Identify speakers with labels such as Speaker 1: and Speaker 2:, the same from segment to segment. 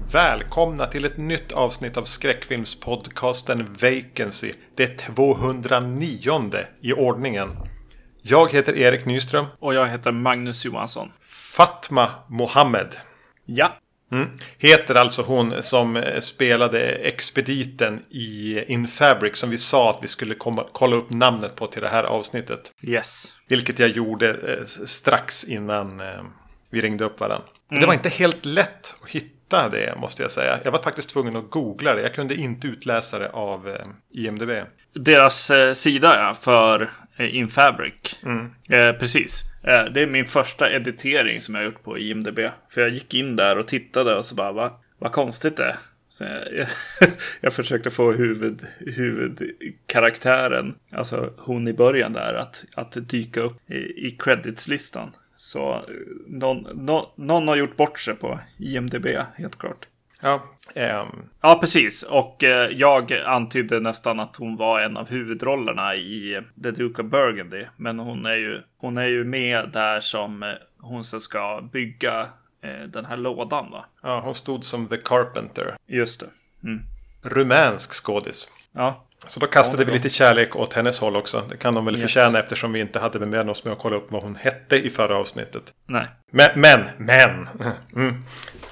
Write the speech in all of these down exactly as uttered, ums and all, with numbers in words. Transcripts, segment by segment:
Speaker 1: Välkomna till ett nytt avsnitt av skräckfilmspodcasten Vacancy. Det tvåhundranionde i ordningen. Jag heter Erik Nyström.
Speaker 2: Och jag heter Magnus Johansson.
Speaker 1: Fatma Mohammed.
Speaker 2: Ja.
Speaker 1: Mm. Heter alltså hon som spelade expediten i In Fabric, som vi sa att vi skulle komma, kolla upp namnet på till det här avsnittet.
Speaker 2: Yes.
Speaker 1: Vilket jag gjorde eh, strax innan eh, vi ringde upp varandra.
Speaker 2: Mm.
Speaker 1: Det var inte helt lätt att hitta det, måste jag säga. Jag var faktiskt tvungen att googla det. Jag kunde inte utläsa det av eh, I M D B.
Speaker 2: Deras eh, sida ja, för eh, In Fabric.
Speaker 1: Mm.
Speaker 2: Eh, precis. Eh, det är min första editering som jag har gjort på I M D B. För jag gick in där och tittade och så bara, va, vad konstigt det är. Så jag, jag försökte få huvud, huvudkaraktären, alltså hon i början där, att, att dyka upp i, i creditslistan. Så någon, någon, någon har gjort bort sig på I M D B, helt klart.
Speaker 1: Ja, um...
Speaker 2: ja precis. Och eh, jag antydde nästan att hon var en av huvudrollerna i The Duke of Burgundy. Men hon är ju, hon är ju med där som eh, hon som ska bygga eh, den här lådan, va?
Speaker 1: Ja, hon stod som The Carpenter.
Speaker 2: Just det. Mm.
Speaker 1: Rumänsk skådis.
Speaker 2: Ja.
Speaker 1: Så då kastade
Speaker 2: ja,
Speaker 1: vi lite kärlek åt hennes håll också. Det kan de väl yes. förtjäna, eftersom vi inte hade med oss med att kolla upp vad hon hette i förra avsnittet.
Speaker 2: Nej.
Speaker 1: Men, men, men. Mm.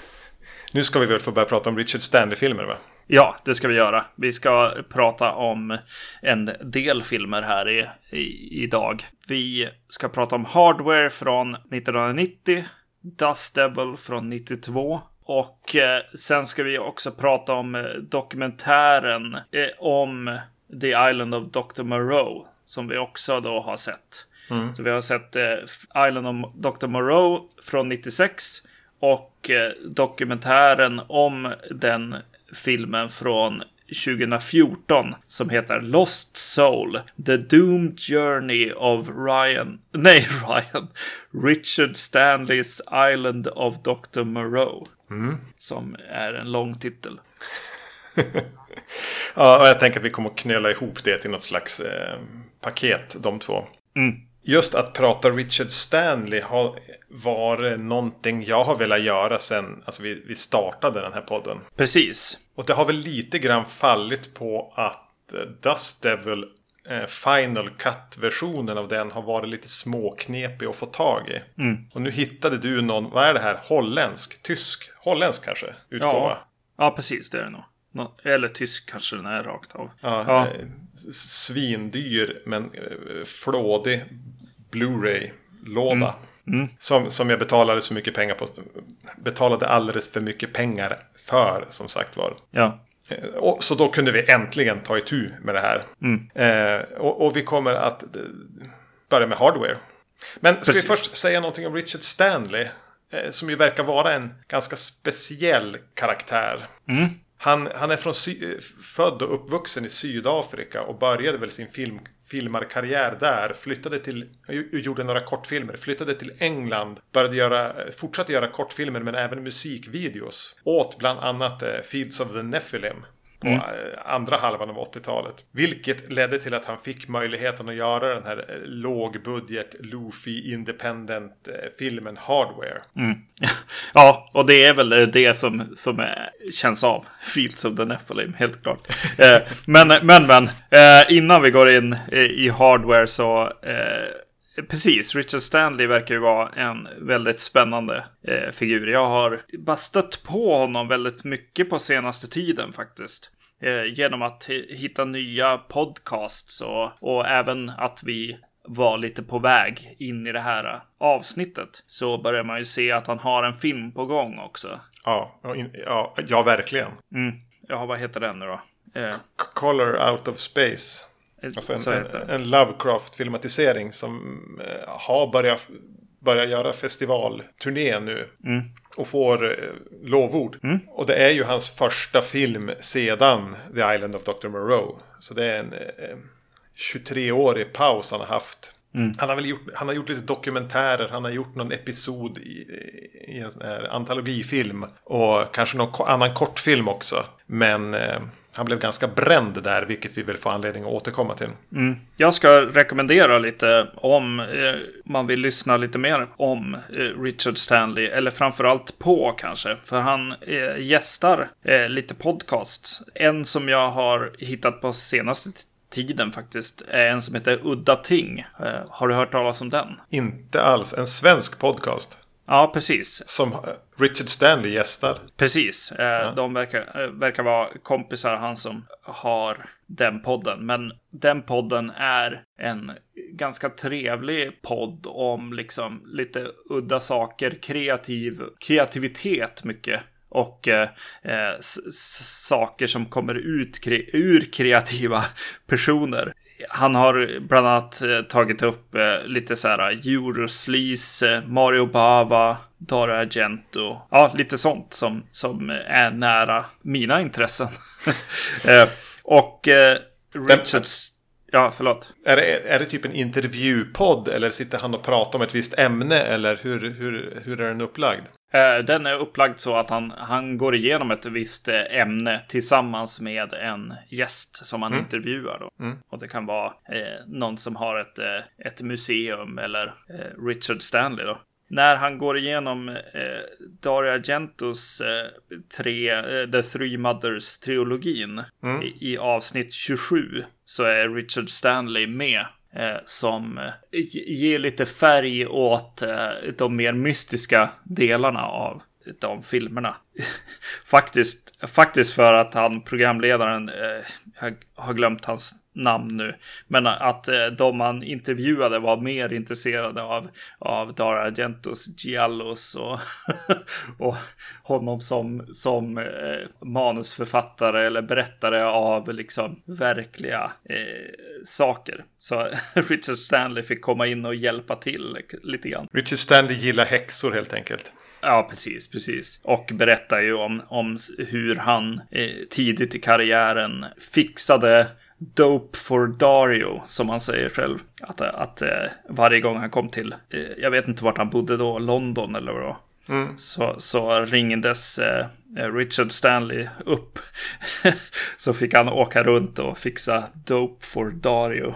Speaker 1: Nu ska vi väl få börja prata om Richard Stanley-filmer, va?
Speaker 2: Ja, det ska vi göra. Vi ska prata om en del filmer här i, i, idag. Vi ska prata om Hardware från nittonhundranittio, Dust Devil från nittiotvå. Och eh, sen ska vi också prata om eh, dokumentären eh, om The Island of doktor Moreau, som vi också då har sett. Mm. Så vi har sett eh, Island of doktor Moreau från nittiosex och eh, dokumentären om den filmen från tjugohundrafjorton som heter Lost Soul, The Doomed Journey of Ryan, nej Ryan, Richard Stanleys Island of doktor Moreau. Mm. Som är en lång titel.
Speaker 1: Ja, och jag tänker att vi kommer att knöla ihop det till något slags eh, paket, de två.
Speaker 2: Mm.
Speaker 1: Just att prata Richard Stanley har var någonting jag har velat göra sen alltså vi, vi startade den här podden.
Speaker 2: Precis.
Speaker 1: Och det har väl lite grann fallit på att eh, Dust Devil eh, Final Cut-versionen av den har varit lite småknepig att få tag i.
Speaker 2: Mm.
Speaker 1: Och nu hittade du någon, vad är det här? Holländsk? Tysk? Holländsk kanske? Utgåva?
Speaker 2: Ja, ja precis, det är det nog. No, eller tysk kanske den är rakt av.
Speaker 1: Ja,
Speaker 2: ja.
Speaker 1: Eh, svindyr men eh, flådig Blu-ray-låda.
Speaker 2: Mm. Mm.
Speaker 1: Som, som jag betalade så mycket pengar på. Betalade alldeles för mycket pengar för, som sagt var.
Speaker 2: Ja.
Speaker 1: Eh, och, så då kunde vi äntligen ta itu med det här.
Speaker 2: Mm.
Speaker 1: Eh, och, och vi kommer att eh, börja med Hardware. Men ska
Speaker 2: Precis.
Speaker 1: vi först säga någonting om Richard Stanley? Eh, som ju verkar vara en ganska speciell karaktär.
Speaker 2: Mm.
Speaker 1: Han, han är från sy- född och uppvuxen i Sydafrika och började väl sin film, filmarkarriär där. Flyttade till, gjorde några kortfilmer. Flyttade till England. Började göra, fortsatte göra kortfilmer men även musikvideos. Åt bland annat eh, Fields of the Nephilim på mm. andra halvan av åttiotalet. Vilket ledde till att han fick möjligheten att göra den här eh, lågbudget, loofy, independent eh, filmen Hardware.
Speaker 2: Mm. Ja, och det är väl det som, som är, känns av Fields of the Nephilim, helt klart. eh, men, men, men eh, innan vi går in eh, i Hardware så eh, precis, Richard Stanley verkar ju vara en väldigt spännande eh, figur. Jag har bara stött på honom väldigt mycket på senaste tiden faktiskt. Eh, genom att hitta nya podcasts och, och även att vi var lite på väg in i det här avsnittet. Så börjar man ju se att han har en film på gång också.
Speaker 1: Ja, ja, ja verkligen.
Speaker 2: Mm. Ja, vad heter den nu då? Eh.
Speaker 1: Color Out of Space. Alltså en, en, en Lovecraft-filmatisering som eh, har börjat, börjat göra festivalturné nu. Mm. Och får eh, lovord. Mm. Och det är ju hans första film sedan The Island of doktor Moreau. Så det är en eh, tjugotre-årig paus han har haft Mm. Han har väl gjort, han har gjort lite dokumentärer, han har gjort någon episod i, i en sån här antologifilm och kanske någon annan kortfilm också. Men eh, han blev ganska bränd där, vilket vi väl får anledning att återkomma till.
Speaker 2: Mm. Jag ska rekommendera lite om eh, man vill lyssna lite mer om eh, Richard Stanley, eller framförallt på kanske, för han eh, gästar eh, lite podcasts. En som jag har hittat på senaste tiden faktiskt är en som heter Udda Ting. Eh, har du hört talas om den?
Speaker 1: Inte alls, en svensk podcast.
Speaker 2: Ja, precis.
Speaker 1: Som Richard Stanley gästar.
Speaker 2: Precis. Eh, ja. De verkar, eh, verkar vara kompisar, han som har den podden. Men den podden är en ganska trevlig podd om liksom lite udda saker, kreativ, kreativitet mycket. Och eh, s- saker som kommer ut kre- ur kreativa personer. Han har bland annat eh, tagit upp eh, lite så här Eurosleaze, eh, Mario Bava, Dario Argento. Ja, lite sånt som, som är nära mina intressen. eh, och eh, Richards... Ja, förlåt.
Speaker 1: Är det, är det typ en intervjupodd eller sitter han och pratar om ett visst ämne eller hur, hur, hur är den upplagd?
Speaker 2: Eh, den är upplagd så att han, han går igenom ett visst ämne tillsammans med en gäst som han mm. intervjuar då. Mm. Och det kan vara eh, någon som har ett, eh, ett museum eller eh, Richard Stanley då. När han går igenom eh, Dario Argentos eh, tre, eh, The Three Mothers-trilogin mm. i, i avsnitt tjugosju så är Richard Stanley med eh, som eh, ger lite färg åt eh, de mer mystiska delarna av de filmerna. faktiskt, faktiskt för att han, programledaren, eh, jag har glömt hans namn nu, men att eh, de man intervjuade var mer intresserade av, av Dario Argentos Giallos och, och honom som, som eh, manusförfattare eller berättare av liksom verkliga eh, saker. Så Richard Stanley fick komma in och hjälpa till lite grann.
Speaker 1: Richard Stanley gillar häxor helt enkelt.
Speaker 2: Ja, precis, precis. Och berättar ju om, om hur han eh, tidigt i karriären fixade dope for Dario, som han säger själv. Att, att eh, varje gång han kom till, eh, jag vet inte vart han bodde då, London eller vad. Mm. Så, så ringdes eh, Richard Stanley upp. Så fick han åka runt och fixa dope for Dario.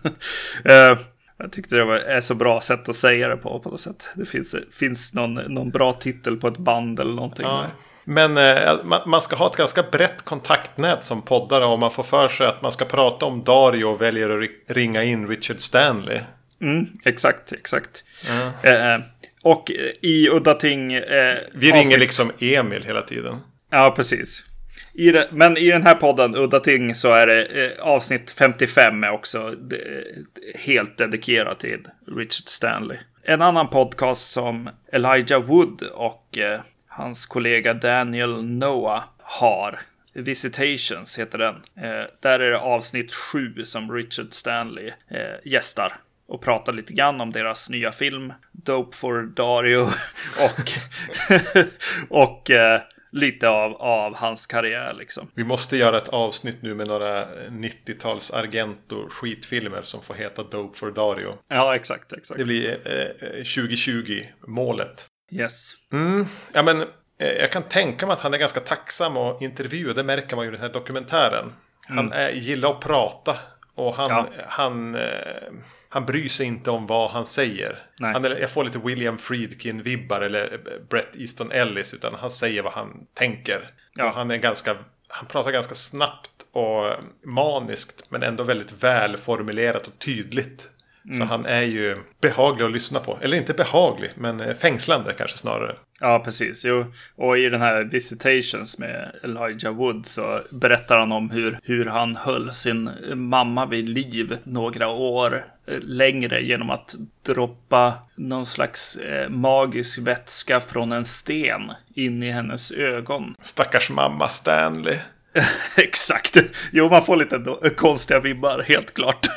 Speaker 2: eh, Jag tyckte det var är så bra sätt att säga det på på något sätt. Det finns, finns någon, någon bra titel på ett band eller någonting. Ja.
Speaker 1: Men eh, man, man ska ha ett ganska brett kontaktnät som poddare om man får för sig att man ska prata om Dario och väljer att ringa in Richard Stanley.
Speaker 2: Mm, exakt, exakt. Ja. Eh, och i Udda Ting... Eh,
Speaker 1: Vi ringer avsnitt... liksom Emil hela tiden.
Speaker 2: Ja, precis. I det, men i den här podden, Udda Ting, så är det eh, avsnitt femtiofem är också de, helt dedikerat till Richard Stanley. En annan podcast som Elijah Wood och eh, hans kollega Daniel Noah har, Visitations heter den. Eh, där är det avsnitt sju som Richard Stanley eh, gästar och pratar lite grann om deras nya film Dope for Dario och och eh, lite av, av hans karriär liksom.
Speaker 1: Vi måste göra ett avsnitt nu med några nittio-tals Argento skitfilmer som får heta Dope for Dario.
Speaker 2: Ja, exakt, exakt.
Speaker 1: Det blir eh, tjugo tjugo-målet.
Speaker 2: Yes.
Speaker 1: Mm, ja, men eh, jag kan tänka mig att han är ganska tacksam att intervjua. Det märker man ju i den här dokumentären. Han mm. är, gillar att prata och han, ja. han, eh, han bryr sig inte om vad han säger. Han, jag får lite William Friedkin-vibbar eller Bret Easton Ellis, utan han säger vad han tänker. Ja. Och han är ganska, han pratar ganska snabbt och maniskt, men ändå väldigt välformulerat och tydligt. Mm. Så han är ju behaglig att lyssna på. Eller inte behaglig, men fängslande kanske snarare.
Speaker 2: Ja, precis. Jo. Och i den här Visitations med Elijah Wood så berättar han om hur, hur han höll sin mamma vid liv några år längre genom att droppa någon slags eh, magisk vätska från en sten in i hennes ögon.
Speaker 1: Stackars mamma Stanley.
Speaker 2: Exakt. Jo, man får lite då, konstiga vibbar, helt klart.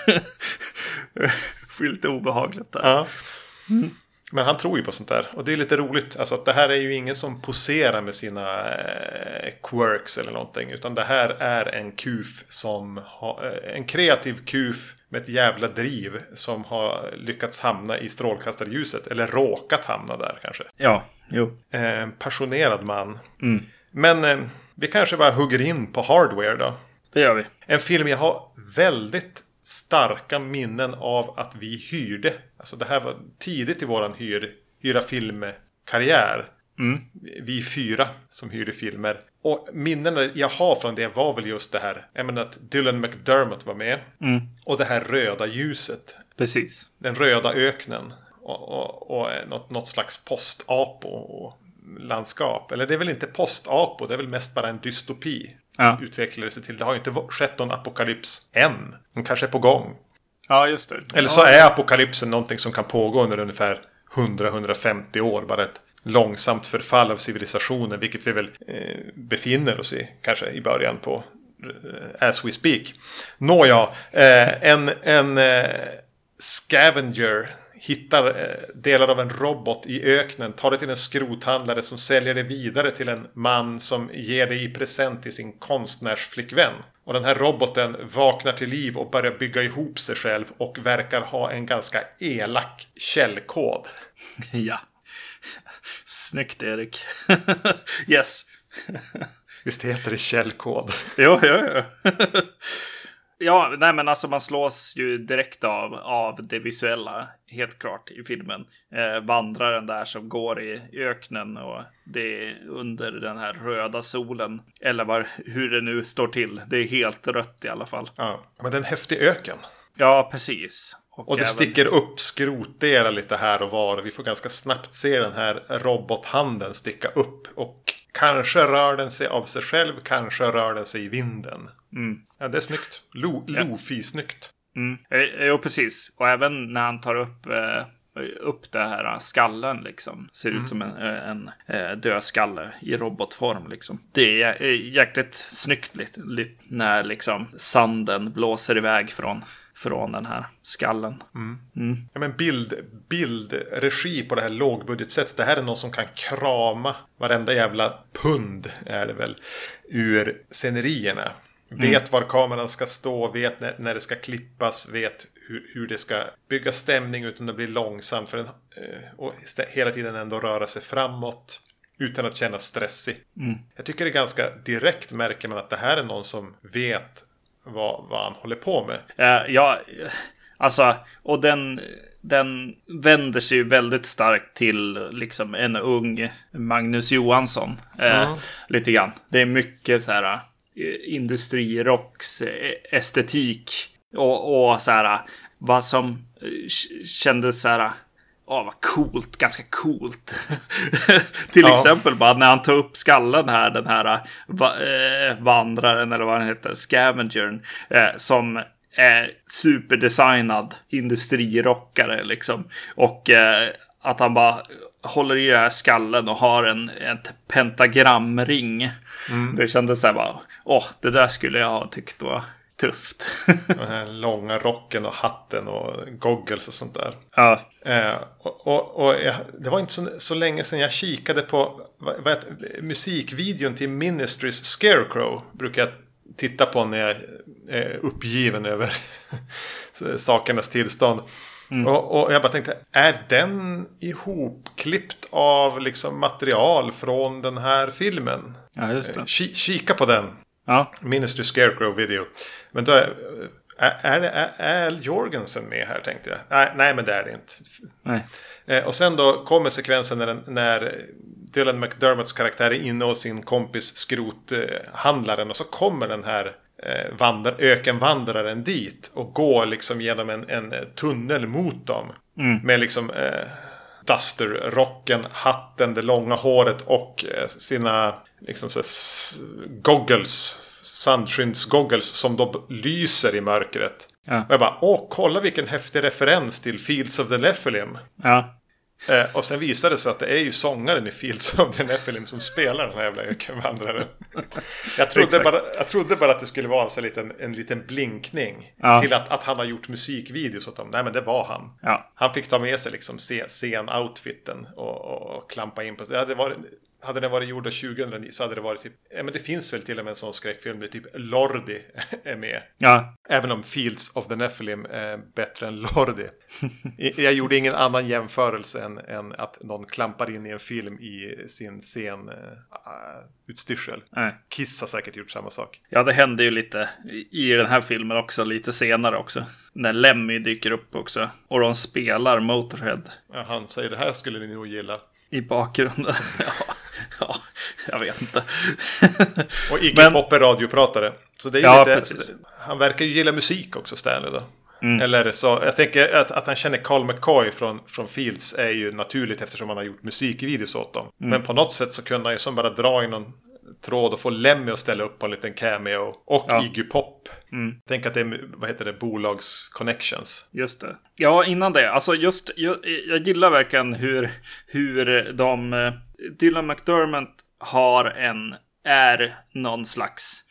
Speaker 2: Lite obehagligt där.
Speaker 1: Ja. Mm. Men han tror ju på sånt där. Och det är lite roligt. Alltså att det här är ju ingen som poserar med sina eh, quirks eller någonting. Utan det här är en kuf som ha, eh, en kreativ kuf med ett jävla driv som har lyckats hamna i strålkastarljuset. Eller råkat hamna där kanske.
Speaker 2: Ja, jo.
Speaker 1: Eh, passionerad man.
Speaker 2: Mm.
Speaker 1: Men eh, vi kanske bara hugger in på Hardware då.
Speaker 2: Det gör vi.
Speaker 1: En film jag har väldigt starka minnen av att vi hyrde. Alltså det här var tidigt i våran hyr, hyra filmkarriär.
Speaker 2: Mm.
Speaker 1: Vi fyra som hyrde filmer. Och minnen jag har från det var väl just det här. Jag menar att Dylan McDermott var med.
Speaker 2: Mm.
Speaker 1: Och det här röda ljuset.
Speaker 2: Precis.
Speaker 1: Den röda öknen. Och, och, och något, något slags postapo och landskap. Eller det är väl inte postapo. Det är väl mest bara en dystopi.
Speaker 2: Ja.
Speaker 1: Utvecklade sig till. Det har ju inte skett någon apokalyps än. Den kanske är på gång.
Speaker 2: Ja, just det.
Speaker 1: Eller så är apokalypsen någonting som kan pågå under ungefär hundra till hundrafemtio år. Bara ett långsamt förfall av civilisationen. Vilket vi väl eh, befinner oss i. Kanske i början på eh, as we speak. Nåja. Eh, en en eh, scavenger hittar eh, delar av en robot i öknen. Tar det till en skrothandlare som säljer det vidare till en man som ger det i present till sin konstnärsflickvän. Och den här roboten vaknar till liv och börjar bygga ihop sig själv. Och verkar ha en ganska elak källkod.
Speaker 2: Ja. Snyggt, Erik. Yes.
Speaker 1: Visst heter det källkod?
Speaker 2: Jo, jo, jo. Ja, nej men alltså man slås ju direkt av, av det visuella, helt klart, i filmen. Eh, vandraren där som går i öknen och det är under den här röda solen. Eller var, hur det nu står till. Det är helt rött i alla fall.
Speaker 1: Ja, men det är en häftig öken.
Speaker 2: Ja, precis.
Speaker 1: Och, och det
Speaker 2: även...
Speaker 1: sticker upp skrotdelar lite här och var. Vi får ganska snabbt se den här robothanden sticka upp. Och kanske rör den sig av sig själv, kanske rör den sig i vinden.
Speaker 2: Mm.
Speaker 1: Ja, det är snyggt. Lo,
Speaker 2: ja.
Speaker 1: Lofi-snyggt.
Speaker 2: Mm. Jo, precis. Och även när han tar upp, eh, upp det här skallen liksom. Ser
Speaker 1: mm.
Speaker 2: ut som en, en, en dödskalle i robotform liksom. Det är jäkligt snyggt lite, lite, när liksom sanden blåser iväg från... från den här skallen.
Speaker 1: Mm.
Speaker 2: Mm.
Speaker 1: Ja, men bild, bildregi på det här lågbudgetsättet. Det här är någon som kan krama varenda jävla pund är det väl ur scenerierna. Mm. Vet var kameran ska stå, vet när, när det ska klippas, vet hur, hur det ska bygga stämning utan att bli långsamt för den, och hela tiden ändå röra sig framåt utan att känna stressig.
Speaker 2: Mm.
Speaker 1: Jag tycker det är ganska direkt märker man att det här är någon som vet Vad, vad han håller på med.
Speaker 2: Uh, ja, alltså, och den, den vänder sig ju väldigt starkt till liksom en ung Magnus Johansson. Uh, mm. Lite grann. Det är mycket så här uh, industrirocks uh, estetik. Och, och så här, uh, vad som uh, kändes så här... Åh, oh, vad coolt, ganska coolt. Till ja. exempel bara när han tar upp skallen här, den här va, eh, vandraren eller vad han heter, scavengern, eh, som är superdesignad industrirockare liksom. Och eh, att han bara håller i den här skallen och har en, en pentagramring. Mm. Det kändes så här bara, åh, oh, det där skulle jag ha tyckt var tufft.
Speaker 1: Den här långa rocken och hatten och goggles och sånt där.
Speaker 2: Ja.
Speaker 1: Eh, och och, och jag, det var inte så, så länge sedan jag kikade på vad, vad heter, musikvideon till Ministries Scarecrow. Brukar jag titta på när jag är uppgiven över sakernas tillstånd. Mm. Och, och jag bara tänkte, är den ihopklippt av liksom material från den här filmen?
Speaker 2: Ja, just det.
Speaker 1: Eh, ki, kika på den.
Speaker 2: Ja.
Speaker 1: Ministry Scarecrow video. Men då är, är, är, är Al Jorgensen med här tänkte jag. Nej, nej men det är det inte.
Speaker 2: Nej.
Speaker 1: Eh, och sen då kommer sekvensen när, när Dylan McDermotts karaktär är inne hos sin kompis skrothandlaren. Eh, och så kommer den här eh, vandrar, ökenvandraren dit. Och går liksom genom en, en tunnel mot dem. Mm. Med liksom... Eh, Duster-rocken, hatten, det långa håret och eh, sina liksom så s- goggles, sandskins-goggles som då lyser i mörkret. Ja. Och jag bara, åh, kolla vilken häftig referens till Fields of the Nephilim.
Speaker 2: Ja.
Speaker 1: Eh, och sen visade det sig att det är ju sångaren i Fields of the Nephilim som spelar den här jävla ökenvandraren. jag, trodde bara, jag trodde bara att det skulle vara en, så liten, en liten blinkning ja. till att, att han har gjort musikvideos åt dem. Nej, men det var han.
Speaker 2: Ja.
Speaker 1: Han fick ta med sig liksom scen-outfiten och, och, och klampa in på sig. Ja, det var hade den varit gjord tjugohundranio så hade det varit typ, ja men det finns väl till och med en sån skräckfilm där typ Lordi är med.
Speaker 2: Ja.
Speaker 1: Även om Fields of the Nephilim är bättre än Lordi. Jag gjorde ingen annan jämförelse än, än att någon klampar in i en film i sin scen uh, utstyrsel.
Speaker 2: Nej.
Speaker 1: Kiss har säkert gjort samma sak.
Speaker 2: Ja, det hände ju lite i den här filmen också, lite senare också. När Lemmy dyker upp också. Och de spelar Motorhead.
Speaker 1: Ja, han säger det här skulle ni nog gilla.
Speaker 2: I bakgrunden. ja, ja, jag vet inte.
Speaker 1: Och Iggy
Speaker 2: Men...
Speaker 1: Pop är radiopratare. Så det är
Speaker 2: ja,
Speaker 1: lite,
Speaker 2: precis.
Speaker 1: Han verkar ju gilla musik också, Stanley då.
Speaker 2: Mm.
Speaker 1: Eller så, jag tänker att, att han känner Carl McCoy från, från Fields är ju naturligt eftersom han har gjort musikvideos åt dem. Mm. Men på något sätt så kunde han ju som bara dra i någon tråd och få Lemmy att ställa upp på en liten cameo. Och ja. Iggy Pop. Mm. Tänk att det är, vad heter det, bolags connections.
Speaker 2: Just det. Ja, innan det. Alltså just, jag, jag gillar verkligen hur, hur de, Dylan McDermott har en, är någon slags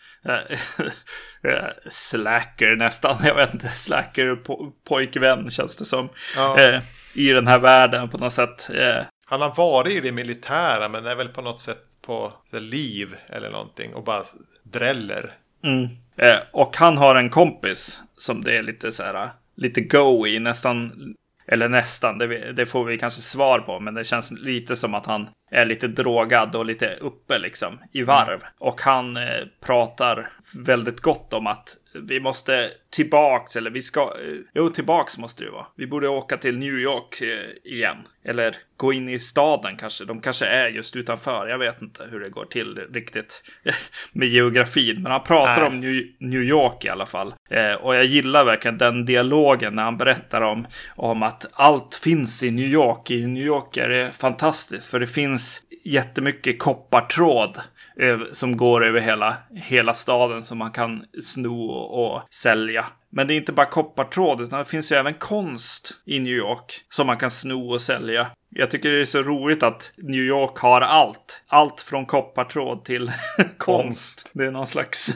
Speaker 2: slacker nästan. Jag vet inte, slacker po- pojkvän känns det som. Ja. Eh, I den här världen på något sätt. Eh.
Speaker 1: Han har varit i det militära men är väl på något sätt på så, liv eller någonting och bara dräller.
Speaker 2: Mm. Eh, och han har en kompis som det är lite så här, lite go i nästan, eller nästan, det, det får vi kanske svar på, men det känns lite som att han är lite drogad och lite uppe liksom i varv. Mm. Och han eh, pratar väldigt gott om att vi måste tillbaks, eller vi ska, eh, jo tillbaks måste det vara. Vi borde åka till New York eh, igen. Eller gå in i staden kanske. De kanske är just utanför. Jag vet inte hur det går till riktigt med geografin. Men han pratar Nej. om New, New York i alla fall. Eh, och jag gillar verkligen den dialogen när han berättar om, om att allt finns i New York. I New York är det fantastiskt. För det finns jättemycket koppartråd eh, som går över hela, hela staden som man kan sno och, och sälja. Men det är inte bara koppartråd utan det finns ju även konst i New York som man kan sno och sälja. Jag tycker det är så roligt att New York har allt. Allt från koppartråd till konst. Det är någon slags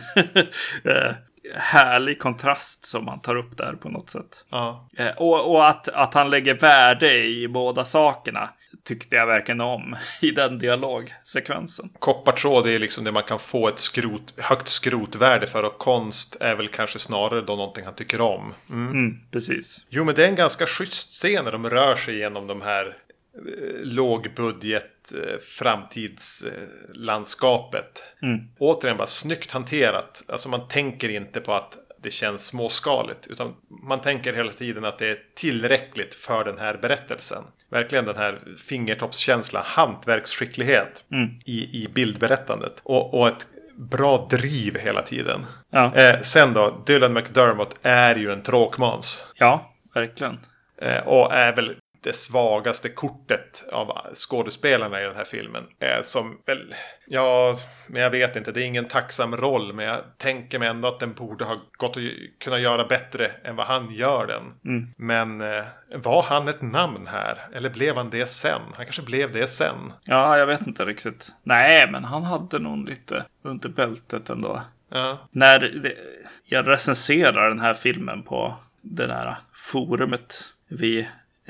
Speaker 2: härlig kontrast som man tar upp där på något sätt.
Speaker 1: Ja.
Speaker 2: Och, och att, att han lägger värde i båda sakerna tyckte jag verkligen om i den dialogsekvensen.
Speaker 1: Koppartråd är liksom det man kan få ett skrot, högt skrotvärde för, och konst är väl kanske snarare då någonting han tycker om. Mm.
Speaker 2: Mm, precis.
Speaker 1: Jo, men det är en ganska schysst scen när de rör sig genom de här eh, lågbudget eh, framtidslandskapet. Eh, mm. Återigen bara snyggt hanterat. Alltså man tänker inte på att det känns småskaligt, utan man tänker hela tiden att det är tillräckligt för den här berättelsen. Verkligen den här fingertoppskänslan, hantverksskicklighet mm. i, i bildberättandet. Och, och ett bra driv hela tiden. Ja. Eh, sen då, Dylan McDermott är ju en tråkmåns.
Speaker 2: Ja, verkligen.
Speaker 1: Eh, och är väl det svagaste kortet av skådespelarna i den här filmen. Eh, som väl, ja, men jag vet inte, det är ingen tacksam roll, men jag tänker mig ändå att den borde ha gått att kunna göra bättre än vad han gör den. Mm. Men eh, var han ett namn här? Eller blev han det sen? Han kanske blev det sen.
Speaker 2: Ja, jag vet inte riktigt. Nej, men han hade nog lite under bältet ändå. Ja. När det, jag recenserar den här filmen på det där forumet vi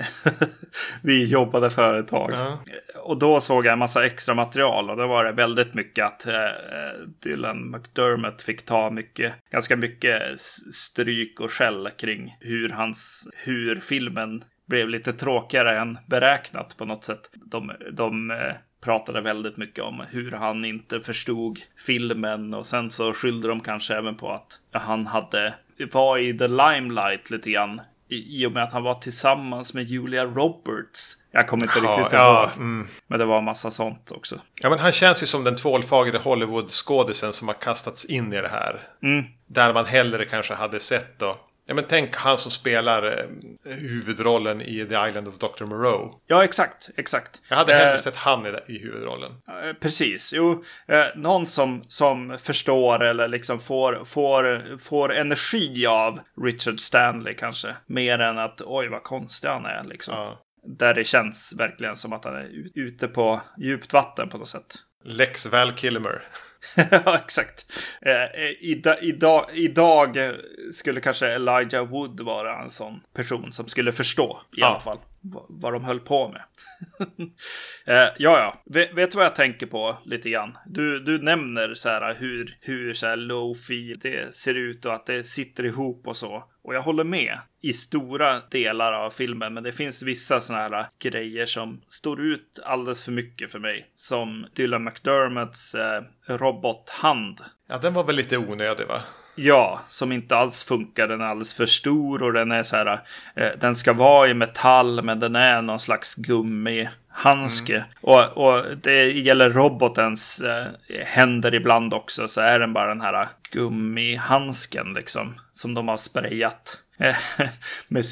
Speaker 2: vi jobbade företag. Uh-huh. Och då såg jag en massa extra material. Och då var det väldigt mycket att eh, Dylan McDermott fick ta mycket, ganska mycket stryk och skäll kring hur, hans, hur filmen blev lite tråkigare än beräknat på något sätt. De, de eh, pratade väldigt mycket om hur han inte förstod filmen. Och sen så skyllde de kanske även på att han hade var i the limelight lite grann. I och med att han var tillsammans med Julia Roberts. Jag kommer inte ja, riktigt ihåg. Ja, mm. Men det var en massa sånt också.
Speaker 1: Ja, men han känns ju som den tvålfagre Hollywood-skådisen som har kastats in i det här. Mm. Där man hellre kanske hade sett då. Ja, men tänk han som spelar eh, huvudrollen i The Island of doktor Moreau.
Speaker 2: Ja, exakt, exakt.
Speaker 1: Jag hade hellre eh, sett han i, i huvudrollen.
Speaker 2: Eh, precis, jo. Eh, någon som, som förstår eller liksom får, får, får energi av Richard Stanley kanske. Mer än att, oj vad konstig han är liksom. Ja. Där det känns verkligen som att han är ute på djupt vatten på något sätt.
Speaker 1: Lex Val Kilmer.
Speaker 2: Ja, exakt. Eh, ida, idag, idag skulle kanske Elijah Wood vara en sån person som skulle förstå i ja. alla fall vad, vad de höll på med. eh, ja, ja. Vet, vet du vad jag tänker på lite grann? Du, du nämner så här hur, hur så här lo-fi det ser ut och att det sitter ihop och så. Och jag håller med i stora delar av filmen. Men det finns vissa såna här grejer som står ut alldeles för mycket för mig. Som Dylan McDermotts eh, robothand.
Speaker 1: Ja, den var väl lite onödig, va?
Speaker 2: Ja, som inte alls funkar. Den är alldeles för stor och den är så här... Eh, den ska vara i metall, men den är någon slags gummihandske. Mm. Och, och det gäller robotens eh, händer ibland också. Så är den bara den här gummihandsken liksom. Som de har sprayat med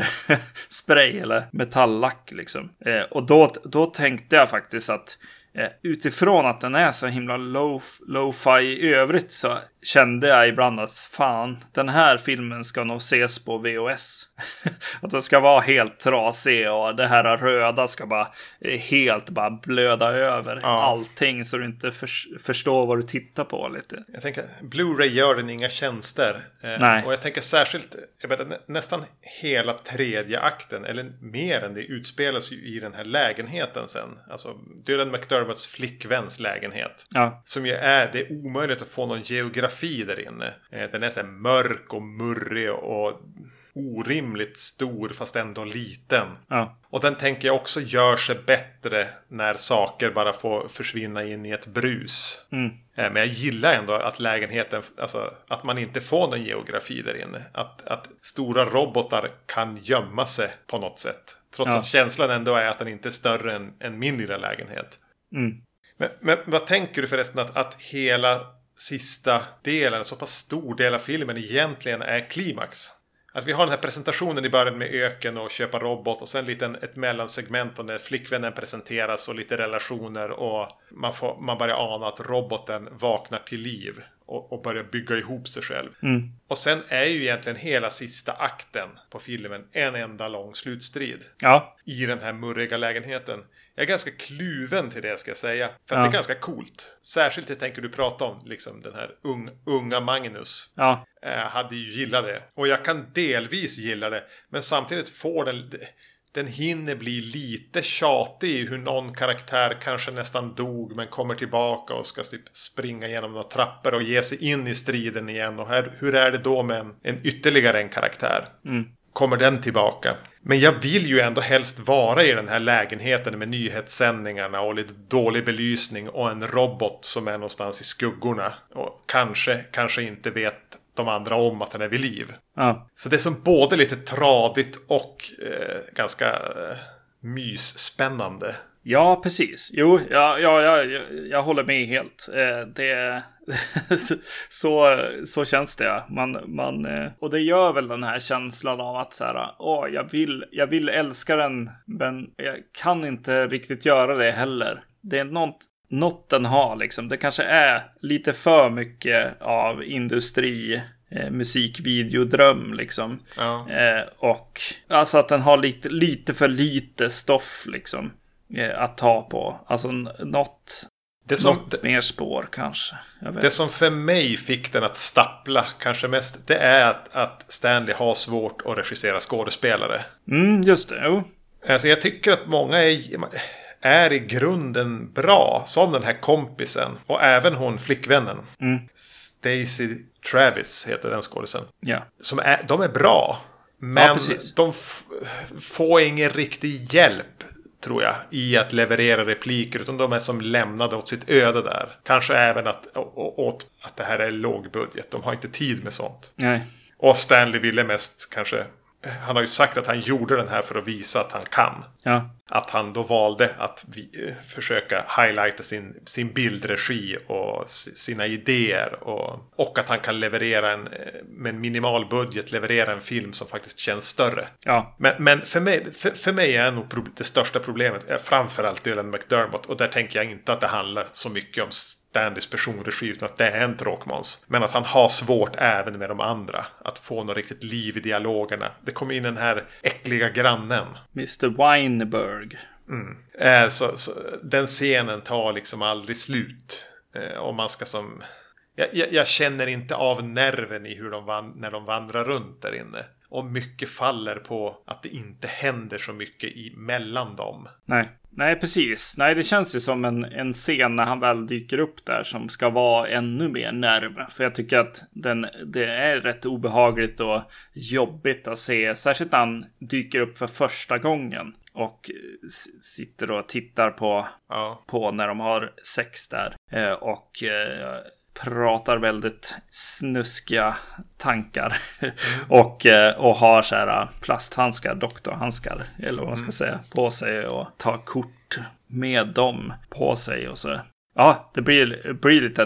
Speaker 2: silverspray eller metalllack liksom. Eh, och då, då tänkte jag faktiskt att eh, utifrån att den är så himla low, lo-fi i övrigt så kände jag ibland att fan, den här filmen ska nog ses på V H S. Att den ska vara helt trasig och det här röda ska bara helt bara blöda över ja. allting så du inte för, förstår vad du tittar på lite.
Speaker 1: Jag tänker, Blu-ray gör den inga tjänster.
Speaker 2: Nej.
Speaker 1: Och jag tänker särskilt, jag vet, nästan hela tredje akten, eller mer än det, utspelas ju i den här lägenheten sen. Alltså Dylan McDermotts flickväns lägenhet.
Speaker 2: Ja.
Speaker 1: Som ju är, det är omöjligt att få någon geografi där inne. Den är så här mörk och murrig och orimligt stor fast ändå liten.
Speaker 2: Ja.
Speaker 1: Och den tänker jag också gör sig bättre när saker bara får försvinna in i ett brus.
Speaker 2: Mm.
Speaker 1: Men jag gillar ändå att lägenheten, alltså att man inte får någon geografi där inne. Att, att stora robotar kan gömma sig på något sätt. Trots ja. att känslan ändå är att den inte är större än, än min lilla lägenhet.
Speaker 2: Mm.
Speaker 1: Men, men vad tänker du förresten att, att hela sista delen, så pass stor del av filmen egentligen är klimax? Att vi har den här presentationen i början med öken och köpa robot och sen lite ett mellansegment där flickvännen presenteras och lite relationer och man, får, man börjar ana att roboten vaknar till liv och, och börjar bygga ihop sig själv.
Speaker 2: Mm.
Speaker 1: Och sen är ju egentligen hela sista akten på filmen en enda lång slutstrid.
Speaker 2: Ja.
Speaker 1: I den här murriga lägenheten. Jag är ganska kluven till det, ska jag säga. För att
Speaker 2: ja.
Speaker 1: det är ganska coolt. Särskilt det tänker du prata om. Liksom den här un, unga Magnus.
Speaker 2: Ja.
Speaker 1: Eh, hade ju gillat det. Och jag kan delvis gilla det. Men samtidigt får den... Den hinner bli lite tjatig i hur någon karaktär kanske nästan dog. Men kommer tillbaka och ska springa genom några trappor och ge sig in i striden igen. Och här, hur är det då med en, en ytterligare en karaktär?
Speaker 2: Mm.
Speaker 1: Kommer den tillbaka? Men jag vill ju ändå helst vara i den här lägenheten med nyhetssändningarna och lite dålig belysning och en robot som är någonstans i skuggorna. Och kanske, kanske inte vet de andra om att den är vid liv.
Speaker 2: Ja.
Speaker 1: Så det är som både lite tradigt och eh, ganska eh, mysspännande.
Speaker 2: Ja, precis. Jo, ja, ja, ja, jag, jag håller med helt. Eh, det så, så känns det. Man, man, eh, och det gör väl den här känslan av att så här, åh, jag vill, jag vill älska den, men jag kan inte riktigt göra det heller. Det är något, något den har liksom. Det kanske är lite för mycket av industri, eh, musikvideodröm liksom.
Speaker 1: Ja.
Speaker 2: Eh, och alltså att den har lite, lite för lite stoff liksom. Att ta på. Alltså något,
Speaker 1: det som,
Speaker 2: något mer spår kanske. Jag vet.
Speaker 1: Det som för mig fick den att stappla kanske mest, det är att, att Stanley har svårt att regissera skådespelare.
Speaker 2: Mm, just det, jo.
Speaker 1: Alltså jag tycker att många är, är i grunden bra. Som den här kompisen. Och även hon flickvännen.
Speaker 2: Mm.
Speaker 1: Stacey Travis heter den skådisen.
Speaker 2: Ja.
Speaker 1: Som är, de är bra. Men
Speaker 2: ja,
Speaker 1: de f- får ingen riktig hjälp, tror jag, i att leverera repliker, utan de är som lämnade åt sitt öde där. Kanske även att, åt att det här är lågbudget. De har inte tid med sånt.
Speaker 2: Nej.
Speaker 1: Och Stanley ville mest kanske... Han har ju sagt att han gjorde den här för att visa att han kan.
Speaker 2: Ja.
Speaker 1: Att han då valde att vi, försöka highlighta sin, sin bildregi och sina idéer. Och, och att han kan leverera en, med en minimal budget, leverera en film som faktiskt känns större.
Speaker 2: Ja.
Speaker 1: Men, men för, mig, för, för mig är nog det största problemet är framförallt Dylan McDermott. Och där tänker jag inte att det handlar så mycket om Stanleys personregi, utan att det är en tråkmåns. Men att han har svårt även med de andra. Att få något riktigt liv i dialogerna. Det kommer in den här äckliga grannen.
Speaker 2: mister Weinberg.
Speaker 1: Mm. Eh, så, så, den scenen tar liksom aldrig slut. Eh, om man ska som... Jag, jag, jag känner inte av nerven i hur de van, när de vandrar runt där inne. Och mycket faller på att det inte händer så mycket i mellan dem.
Speaker 2: Nej, nej precis. Nej, det känns ju som en, en scen när han väl dyker upp där som ska vara ännu mer nerv. För jag tycker att den, det är rätt obehagligt och jobbigt att se. Särskilt när han dyker upp för första gången. Och sitter och tittar på, ja. på när de har sex där. Eh, och... Eh, pratar väldigt snuskiga tankar mm. och, och har så här plasthandskar, doktorhandskar eller vad man ska mm. säga, på sig och tar kort med dem på sig och så. Ja, det blir, blir lite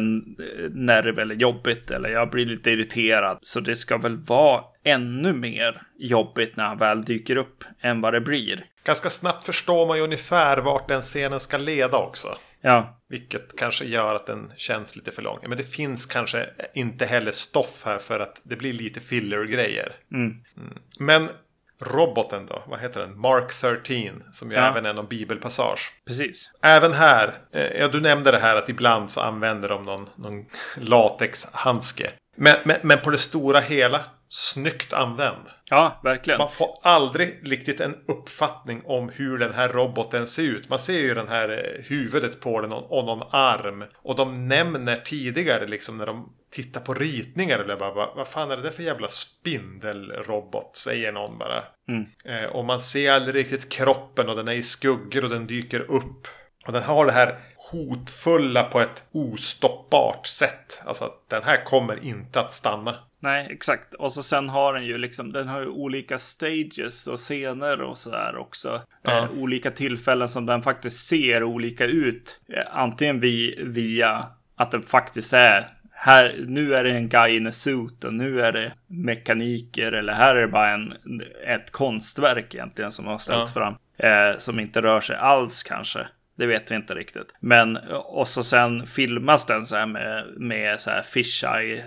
Speaker 2: nerv eller jobbigt eller jag blir lite irriterad. Så det ska väl vara ännu mer jobbigt när han väl dyker upp än vad det blir.
Speaker 1: Ganska snabbt förstår man ju ungefär vart den scenen ska leda också.
Speaker 2: Ja.
Speaker 1: Vilket kanske gör att den känns lite för lång. Men det finns kanske inte heller stoff här för att det blir lite filler-grejer.
Speaker 2: Mm.
Speaker 1: Mm. Men roboten då, vad heter den? Mark tretton, som ju ja. även är någon bibelpassage.
Speaker 2: Precis.
Speaker 1: Även här, ja du nämnde det här att ibland så använder de någon, någon latexhandske. Men, men, men på det stora hela, snyggt använd.
Speaker 2: Ja, verkligen.
Speaker 1: Man får aldrig riktigt en uppfattning om hur den här roboten ser ut. Man ser ju den här huvudet på den och, och någon arm. Och de nämner tidigare liksom när de tittar på ritningar eller bara, vad, vad fan är det där för jävla spindelrobot, säger någon bara.
Speaker 2: Mm.
Speaker 1: Eh, och man ser aldrig riktigt kroppen och den är i skuggor och den dyker upp. Och den har det här hotfulla på ett ostoppbart sätt. Alltså att den här kommer inte att stanna.
Speaker 2: Nej, exakt. Och så sen har den ju liksom, den har ju olika stages och scener och sådär också. Ja. Eh, olika tillfällen som den faktiskt ser olika ut. Eh, antingen vi, via att den faktiskt är, här, nu är det en guy in a suit och nu är det mekaniker. Eller här är det bara en, ett konstverk egentligen som har ställt ja. fram. Eh, som inte rör sig alls kanske. Det vet vi inte riktigt. Men och så sen filmas den så här med, med så här fisheye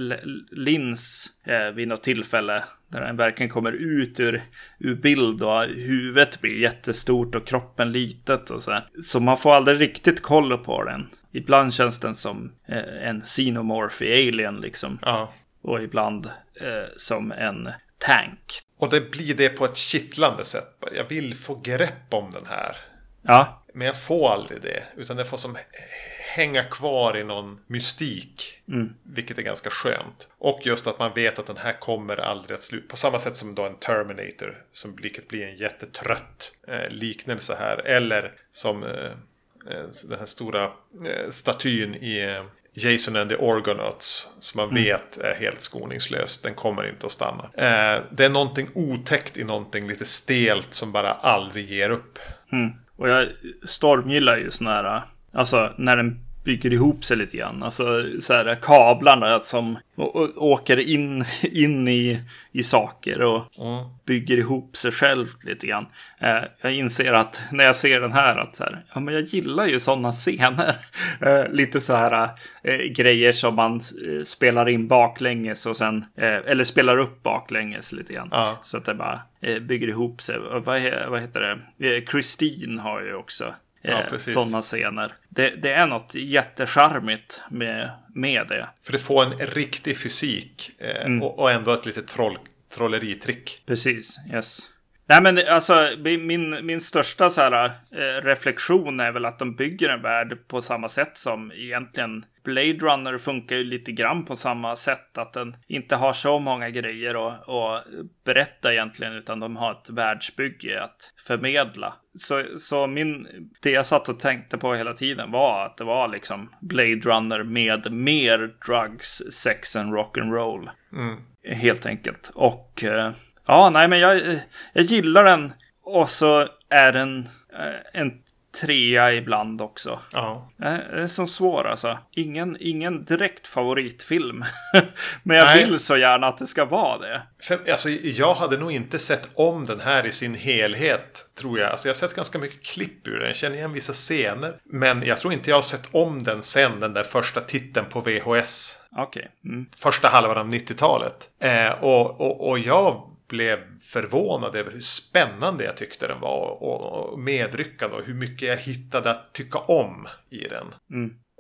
Speaker 2: lins eh, vid något tillfälle. Där den verkligen kommer ut ur, ur bild och huvudet blir jättestort och kroppen litet och så här. Så man får aldrig riktigt koll på den. Ibland känns den som eh, en xenomorph alien liksom.
Speaker 1: Ja.
Speaker 2: Och ibland eh, som en tank.
Speaker 1: Och det blir det på ett kittlande sätt. Jag vill få grepp om den här.
Speaker 2: Ja.
Speaker 1: Men jag får aldrig det. Utan det får som hänga kvar i någon mystik.
Speaker 2: Mm.
Speaker 1: Vilket är ganska skönt. Och just att man vet att den här kommer aldrig att sluta. På samma sätt som då en Terminator. Som vilket blir en jättetrött eh, liknelse här. Eller som eh, den här stora eh, statyn i eh, Jason and the Argonauts. Som man mm. vet är helt skoningslös. Den kommer inte att stanna. Eh, det är någonting otäckt i någonting lite stelt som bara aldrig ger upp.
Speaker 2: Mm. Och jag stormgillar ju såna här, alltså när den bygger ihop sig lite grann. Alltså så här kablarna som åker in, in i, i saker och
Speaker 1: mm.
Speaker 2: bygger ihop sig själv lite grann. Eh, jag inser att när jag ser den här att så här, ja men jag gillar ju sådana scener. Eh, lite så här eh, grejer som man eh, spelar in baklänges och sen, eh, eller spelar upp baklänges lite grann.
Speaker 1: Ja.
Speaker 2: Så att det bara eh, bygger ihop sig. Och vad, vad heter det? Eh, Christine har ju också
Speaker 1: Ja,
Speaker 2: eh, sådana scener. Det, det är något jättecharmigt med, med det.
Speaker 1: För det får en riktig fysik eh,
Speaker 2: mm.
Speaker 1: och, och ändå ett litet troll, trolleritrick.
Speaker 2: Precis, yes. Nej men alltså min, min största så här, eh, reflektion är väl att de bygger en värld på samma sätt som egentligen Blade Runner funkar ju lite grann på samma sätt. Att den inte har så många grejer att, att berätta egentligen, utan de har ett världsbygge att förmedla. Så, så min, det jag satt och tänkte på hela tiden var att det var liksom Blade Runner med mer drugs, sex and rock'n'roll.
Speaker 1: Mm.
Speaker 2: Helt enkelt. Och eh, ja, nej men jag, jag gillar den. Och så är den en trea ibland också.
Speaker 1: Ja.
Speaker 2: Det är så svår alltså. Ingen, ingen direkt favoritfilm. Men jag
Speaker 1: nej.
Speaker 2: vill så gärna att det ska vara det.
Speaker 1: För, alltså, jag hade nog inte sett om den här i sin helhet, tror jag. Alltså, jag har sett ganska mycket klipp ur den. Jag känner igen vissa scener. Men jag tror inte jag har sett om den sen, den där första titeln på V H S.
Speaker 2: Okej. Okay. Mm.
Speaker 1: Första halvan av nittiotalet. Eh, och, och, och jag blev förvånad över hur spännande jag tyckte den var och, och medryckande och hur mycket jag hittade att tycka om i den.
Speaker 2: Mm.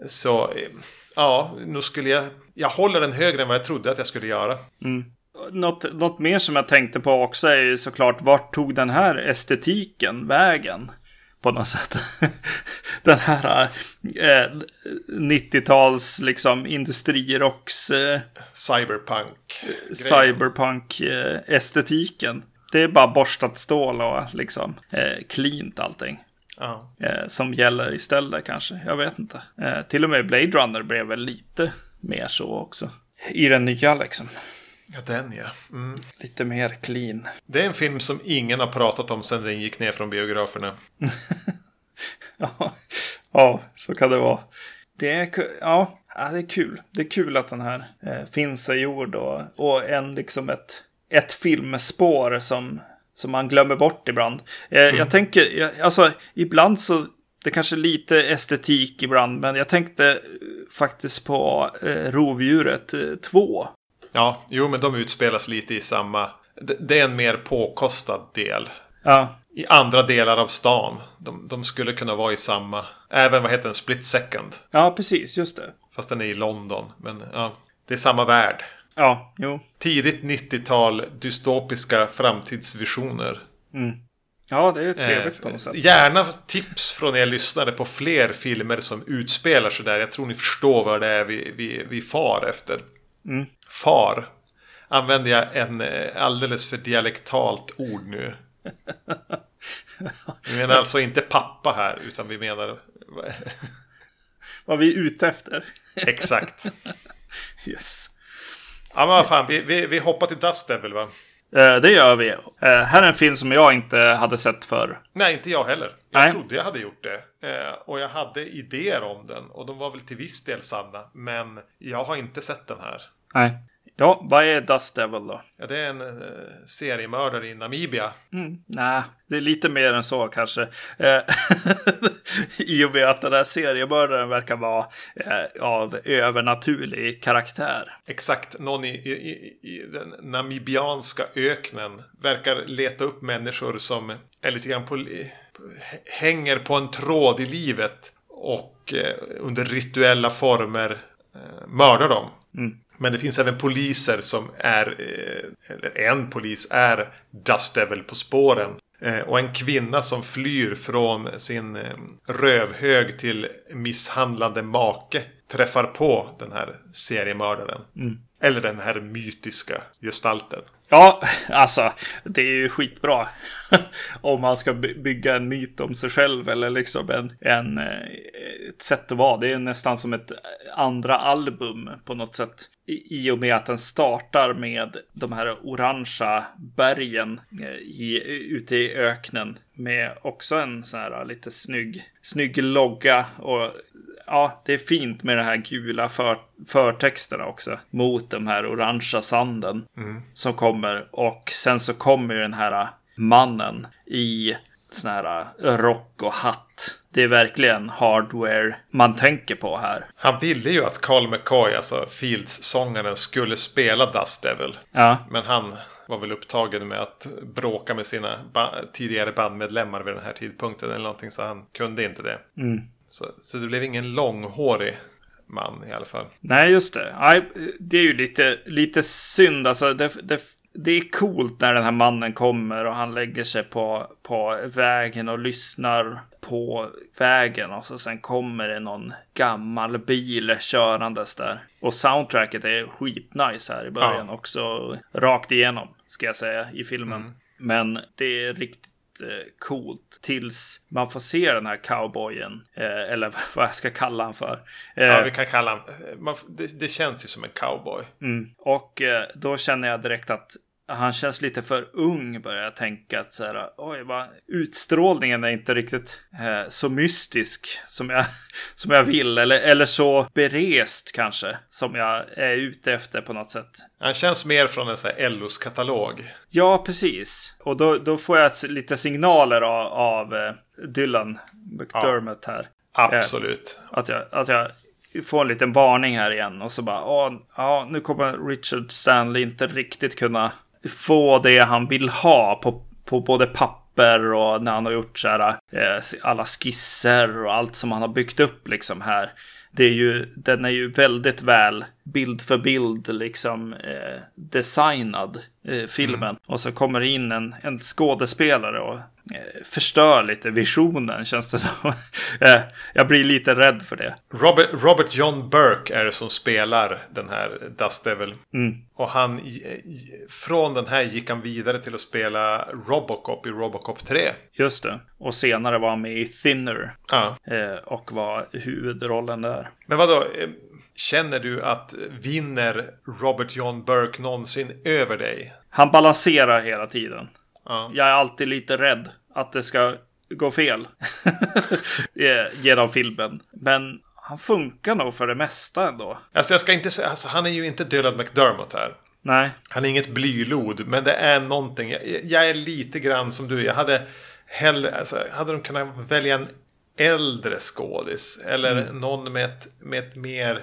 Speaker 1: Så ja, nu skulle jag... Jag håller den högre än vad jag trodde att jag skulle göra.
Speaker 2: Mm. Något, något mer som jag tänkte på också är ju såklart, vart tog den här estetiken vägen? På något sätt. Den här eh, nittio-tals liksom industrirocks eh,
Speaker 1: cyberpunk
Speaker 2: cyberpunk eh, estetiken. Det är bara borstat stål och liksom eh, cleant allting.
Speaker 1: Ja.
Speaker 2: Eh, som gäller istället kanske. Jag vet inte. Eh, till och med Blade Runner blev väl lite mer så också. I den nya liksom.
Speaker 1: Ja, den ja. Mm.
Speaker 2: Lite mer clean.
Speaker 1: Det är en film som ingen har pratat om sedan den gick ner från biograferna.
Speaker 2: ja. ja, så kan det vara. Det är, ja, ja, det är kul. Det är kul att den här eh, finns i jord och, och en liksom ett, ett filmspår som, som man glömmer bort ibland. Eh, mm. Jag tänker, jag, alltså ibland så, det kanske är lite estetik ibland, men jag tänkte faktiskt på eh, Rovdjuret två.
Speaker 1: Ja, jo men de utspelas lite i samma... Det är en mer påkostad del.
Speaker 2: Ja.
Speaker 1: I andra delar av stan. De, de skulle kunna vara i samma... Även vad heter en Split Second.
Speaker 2: Ja, precis, just det.
Speaker 1: Fast den är i London. Men ja, det är samma värld.
Speaker 2: Ja, jo.
Speaker 1: Tidigt nittiotal dystopiska framtidsvisioner.
Speaker 2: Mm. Ja, det är trevligt eh, på något sätt.
Speaker 1: Gärna tips från er lyssnare på fler filmer som utspelar sig där. Jag tror ni förstår vad det är vi, vi, vi far efter.
Speaker 2: Mm.
Speaker 1: Far. Använder jag en alldeles för dialektalt ord nu. Vi menar alltså inte pappa här, utan vi menar...
Speaker 2: vad vi är ute efter.
Speaker 1: Exakt.
Speaker 2: Yes.
Speaker 1: Ja, men vad fan, vi, vi, vi hoppar till Dust Devil, va?
Speaker 2: Eh, det gör vi. Eh, här är en film som jag inte hade sett förr.
Speaker 1: Nej, inte jag heller. Jag
Speaker 2: Nej.
Speaker 1: trodde jag hade gjort det. Eh, och jag hade idéer om den. Och de var väl till viss del sanna. Men jag har inte sett den här.
Speaker 2: Nej. Ja, vad är Dust Devil då?
Speaker 1: Ja, det är en eh, seriemördare i Namibia.
Speaker 2: Mm, nej, det är lite mer än så kanske. Eh, I och med att den här seriemördaren verkar vara eh, av övernaturlig karaktär.
Speaker 1: Exakt, någon i, i, i den namibianska öknen verkar leta upp människor som är lite grann på, hänger på en tråd i livet och eh, under rituella former eh, mördar dem.
Speaker 2: Mm.
Speaker 1: Men det finns även poliser som är, eller en polis är Dust Devil på spåren. Och en kvinna som flyr från sin rövhög till misshandlande make träffar på den här seriemördaren.
Speaker 2: Mm.
Speaker 1: Eller den här mytiska gestalten.
Speaker 2: Ja, alltså, det är ju skitbra om man ska bygga en myt om sig själv eller liksom en, en, ett sätt att vara. Det är nästan som ett andra album på något sätt. I, i och med att den startar med de här orangea bergen i, ute i öknen med också en sån här lite snygg, snygg logga och ja, det är fint med de här gula för, förtexterna också mot den här orangea sanden mm. som kommer. Och sen så kommer ju den här mannen i sån här rock och hatt. Det är verkligen hardware man tänker på här.
Speaker 1: Han ville ju att Carl McCoy, alltså Fields-sångaren, skulle spela Dust Devil.
Speaker 2: Ja.
Speaker 1: Men han var väl upptagen med att bråka med sina ba- tidigare bandmedlemmar vid den här tidpunkten eller någonting, så han kunde inte det.
Speaker 2: Mm.
Speaker 1: Så, så det blev ingen långhårig man i alla fall.
Speaker 2: Nej, just det. Nej, det är ju lite, lite synd. Alltså, det, det, det är coolt när den här mannen kommer och han lägger sig på, på vägen och lyssnar på vägen. Och så sen kommer det någon gammal bil körandes där. Och soundtracket är skitnice här i början ja. Också. Rakt igenom, ska jag säga, i filmen. Mm. Men det är riktigt coolt tills man får se den här cowboyen eh, eller vad jag ska kalla han för. Eh,
Speaker 1: ja, vi kan kalla han man, det, det känns ju som en cowboy.
Speaker 2: Mm. Och eh, då känner jag direkt att han känns lite för ung, börjar jag tänka att så här, oj, vad, utstrålningen är inte riktigt eh, så mystisk som jag, som jag vill, eller, eller så berest kanske som jag är ute efter på något sätt.
Speaker 1: Han känns mer från en sån här L O's katalog.
Speaker 2: Ja, precis. Och då, då får jag lite signaler av, av eh, Dylan McDermott ja, här.
Speaker 1: Absolut.
Speaker 2: Eh, att, jag, att jag får en liten varning här igen och så bara, åh, ja, nu kommer Richard Stanley inte riktigt kunna få det han vill ha på, på både papper och när han har gjort så här, eh, alla skisser och allt som han har byggt upp liksom här. det är ju, den är ju väldigt väl bild för bild liksom eh, designad eh, filmen. Mm. Och så kommer det in en, en skådespelare och eh, förstör lite visionen, känns det som. eh, jag blir lite rädd för det.
Speaker 1: Robert, Robert John Burke är det som spelar den här Dust Devil.
Speaker 2: Mm.
Speaker 1: Och han, från den här gick han vidare till att spela Robocop i Robocop tre.
Speaker 2: Just det. Och senare var han med i Thinner.
Speaker 1: Ja.
Speaker 2: Eh, och var huvudrollen där.
Speaker 1: Men vadå, känner du att vinner Robert John Burke någonsin över dig?
Speaker 2: Han balanserar hela tiden.
Speaker 1: Ja.
Speaker 2: Jag är alltid lite rädd att det ska gå fel genom filmen. Men han funkar nog för det mesta ändå.
Speaker 1: Alltså jag ska inte säga, alltså han är ju inte Dylan McDermott här.
Speaker 2: Nej.
Speaker 1: Han är inget blylod, men det är någonting. Jag, jag är lite grann som du. Jag hade hellre, alltså, hade de kunnat välja en äldre skådis eller mm. någon med ett, med ett mer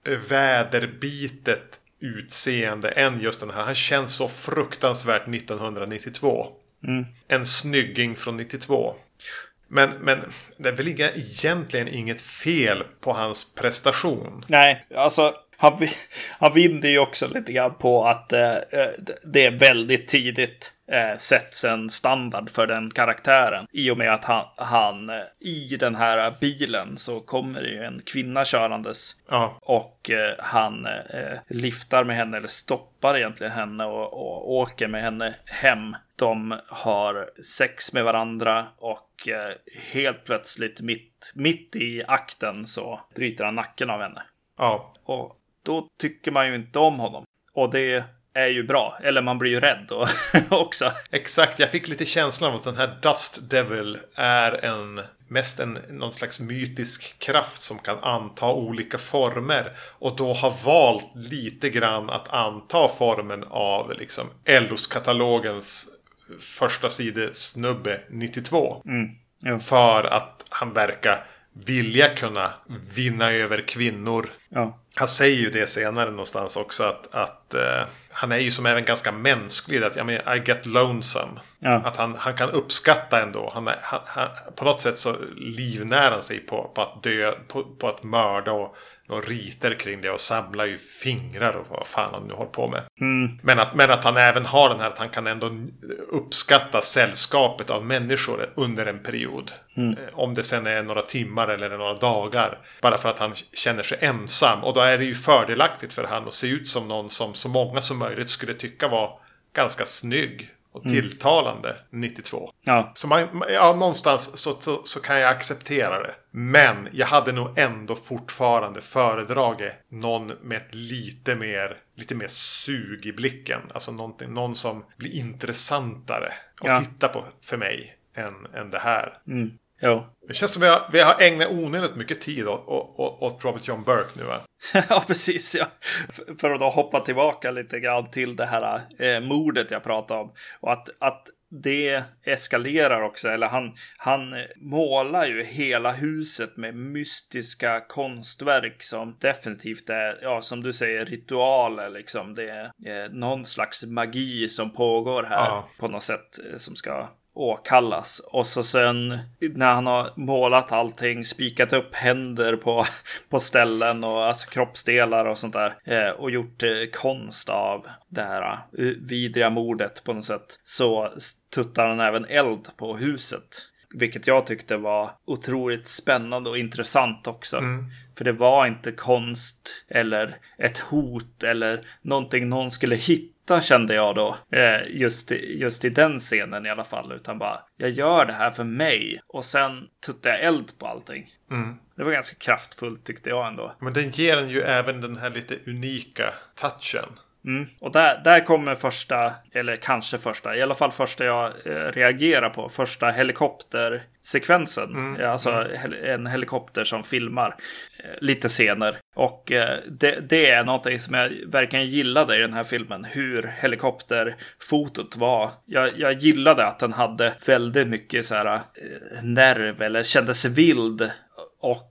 Speaker 1: väderbitet utseende än just den här. Han känns så fruktansvärt nittonhundranittiotvå. Mm. En snygging från nittiotvå. Men, men det är väl inga, egentligen inget fel på hans prestation.
Speaker 2: Nej, alltså han, han vinner ju också lite grann på att eh, det är väldigt tidigt eh, sätts en standard för den karaktären. I och med att han, han i den här bilen så kommer det ju en kvinna körandes.
Speaker 1: Ja.
Speaker 2: Och eh, han eh, lyftar med henne, eller stoppar egentligen henne och, och åker med henne hem. De har sex med varandra och eh, helt plötsligt mitt, mitt i akten så bryter han nacken av henne.
Speaker 1: Ja.
Speaker 2: Och då tycker man ju inte om honom. Och det är ju bra. Eller man blir ju rädd då, också.
Speaker 1: Exakt, jag fick lite känslan av att den här Dust Devil är en mest en någon slags mytisk kraft som kan anta olika former. Och då har valt lite grann att anta formen av liksom L O's-katalogens första sidesnubbe nittiotvå.
Speaker 2: Mm. Ja.
Speaker 1: För att han verkar vilja kunna vinna över kvinnor.
Speaker 2: Ja.
Speaker 1: Han säger ju det senare någonstans också att, att uh, han är ju som även ganska mänsklig. Att, jag menar, I get lonesome.
Speaker 2: Ja.
Speaker 1: Att han, han kan uppskatta ändå. Han, är, han, han, på något sätt så livnär han sig på, på att dö, på, på att mörda och och riter kring det och samlar ju fingrar och vad fan han nu håller på med.
Speaker 2: Mm.
Speaker 1: Men, att, men att han även har den här att han kan ändå uppskatta sällskapet av människor under en period. Mm. Om det sen är några timmar eller några dagar. Bara för att han känner sig ensam. Och då är det ju fördelaktigt för han att se ut som någon som så många som möjligt skulle tycka var ganska snygg och tilltalande mm. nittiotvå.
Speaker 2: Ja.
Speaker 1: Så man, ja, någonstans så, så, så kan jag acceptera det. Men jag hade nog ändå fortfarande föredragit någon med ett lite mer, lite mer sug i blicken. Alltså någon som blir intressantare att ja. titta på för mig än, än det här.
Speaker 2: Mm. Jo.
Speaker 1: Det känns som att vi har ägnat onödigt mycket tid åt, åt, åt Robert John Burke nu, va?
Speaker 2: Ja, precis. Ja. För att då hoppa tillbaka lite grann till det här eh, mordet jag pratade om. Och att, att det eskalerar också. Eller han, han målar ju hela huset med mystiska konstverk som definitivt är, ja, som du säger, ritualer. Liksom. Det är eh, någon slags magi som pågår här ja. på något sätt eh, som ska åkallas. Och så sen när han har målat allting, spikat upp händer på, på ställen och alltså kroppsdelar och sånt där eh, och gjort eh, konst av det här eh, vidriga mordet på något sätt, så tuttar han även eld på huset. Vilket jag tyckte var otroligt spännande och intressant också. Mm. För det var inte konst eller ett hot eller någonting någon skulle hitta, kände jag då. Just, just i den scenen i alla fall. Utan bara, jag gör det här för mig. Och sen tuttar jag eld på allting. Mm. Det var ganska kraftfullt tyckte jag ändå. Men
Speaker 1: den ger en ju även den här lite unika touchen.
Speaker 2: Mm. Och där, där kommer första, eller kanske första, i alla fall första jag eh, reagerar på, första helikoptersekvensen. Mm. Alltså mm. en helikopter som filmar eh, lite scener. Och eh, det, det är någonting som jag verkligen gillade i den här filmen, hur helikopterfotot var. Jag, jag gillade att den hade väldigt mycket så här eh, nerv, eller kändes vild och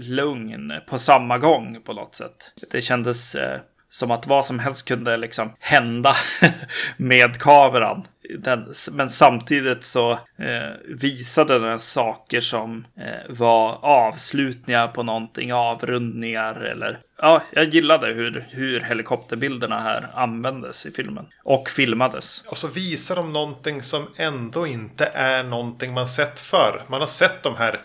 Speaker 2: lugn på samma gång på något sätt. Det kändes... Eh, som att vad som helst kunde liksom hända med kameran den, men samtidigt så eh, visade den saker som eh, var avslutningar på någonting, avrundningar eller... Ja, jag gillade hur, hur helikopterbilderna här användes i filmen. Och filmades.
Speaker 1: Och så visar de någonting som ändå inte är någonting man sett förr. Man har sett de här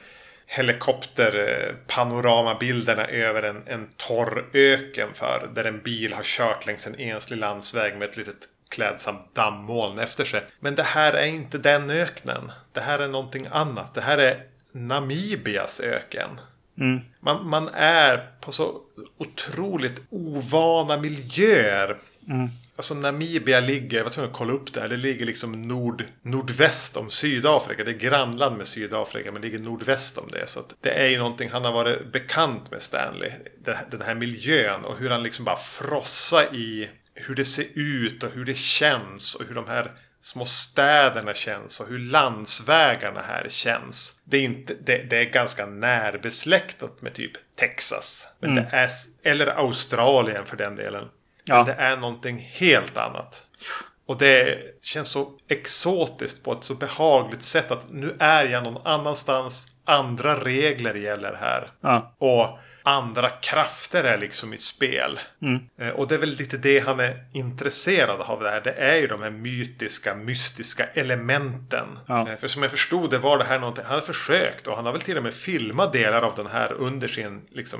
Speaker 1: helikopterpanoramabilderna över en, en torr öken för. Där en bil har kört längs en enslig landsväg med ett litet klädsamt dammoln efter sig. Men det här är inte den öknen. Det här är någonting annat. Det här är Namibias öken.
Speaker 2: Mm.
Speaker 1: Man, man är på så otroligt ovana miljöer.
Speaker 2: Mm.
Speaker 1: Alltså Namibia ligger, jag var tvungen att kolla upp det här. Det ligger liksom nord, nordväst om Sydafrika. Det är grannland med Sydafrika, men det ligger nordväst om det. Så att det är ju någonting, han har varit bekant med Stanley. Den här miljön och hur han liksom bara frossar i hur det ser ut och hur det känns. Och hur de här små städerna känns och hur landsvägarna här känns. Det är, inte, det, det är ganska närbesläktat med typ Texas. Men
Speaker 2: Mm.
Speaker 1: det är, eller Australien för den delen.
Speaker 2: Ja.
Speaker 1: Men det är någonting helt annat. Och det känns så exotiskt på ett så behagligt sätt att nu är jag någon annanstans. Andra regler gäller här.
Speaker 2: Ja.
Speaker 1: Och andra krafter är liksom i spel.
Speaker 2: Mm.
Speaker 1: Och det är väl lite det han är intresserad av det här. Det är ju de här mytiska, mystiska elementen.
Speaker 2: Ja.
Speaker 1: För som jag förstod det var det här någonting han har försökt. Och han har väl till och med filmat delar av den här under sin liksom,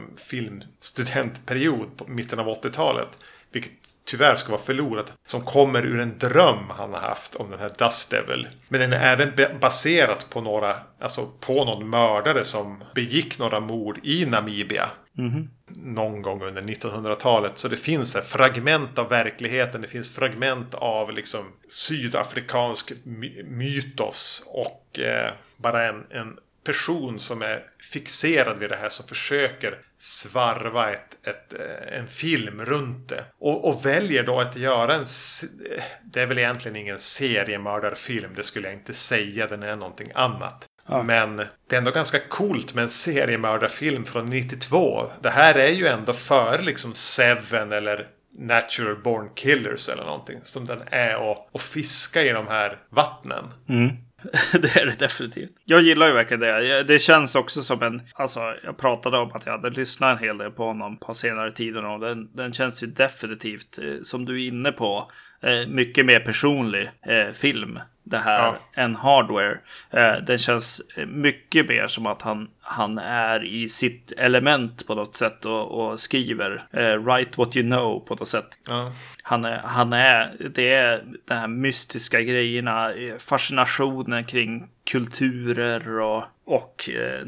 Speaker 1: filmstudentperiod på mitten av åttiotalet. Vilket tyvärr ska vara förlorat. Som kommer ur en dröm han har haft om den här Dust Devil. Men den är även baserat på några, alltså på någon mördare som begick några mord i Namibia.
Speaker 2: Mm.
Speaker 1: Någon gång under nittonhundratalet. Så det finns ett fragment av verkligheten. Det finns fragment av liksom sydafrikansk my- mytos. Och eh, bara en, en person som är fixerad vid det här, som försöker svarva ett, ett, en film runt det. Och, och väljer då att göra en... Det är väl egentligen ingen seriemördarfilm, det skulle jag inte säga. Den är någonting annat. Ja. Men det är ändå ganska coolt med en seriemördarfilm från nittiotvå. Det här är ju ändå före liksom Seven eller Natural Born Killers eller någonting. Som den är och, och fiska i de här vattnen.
Speaker 2: Mm. Det är det definitivt. Jag gillar ju verkligen det. Det känns också som en... Alltså, jag pratade om att jag hade lyssnat en hel del på honom på senare tiden. Och den, den känns ju definitivt, som du är inne på, mycket mer personlig eh, film. Det här ja. än Hardware. Eh, den känns mycket mer som att han, han är i sitt element på något sätt. Och, och skriver eh, write what you know på något sätt.
Speaker 1: Ja.
Speaker 2: Han är, han är, det är de här mystiska grejerna, fascinationen kring kulturer och, och eh,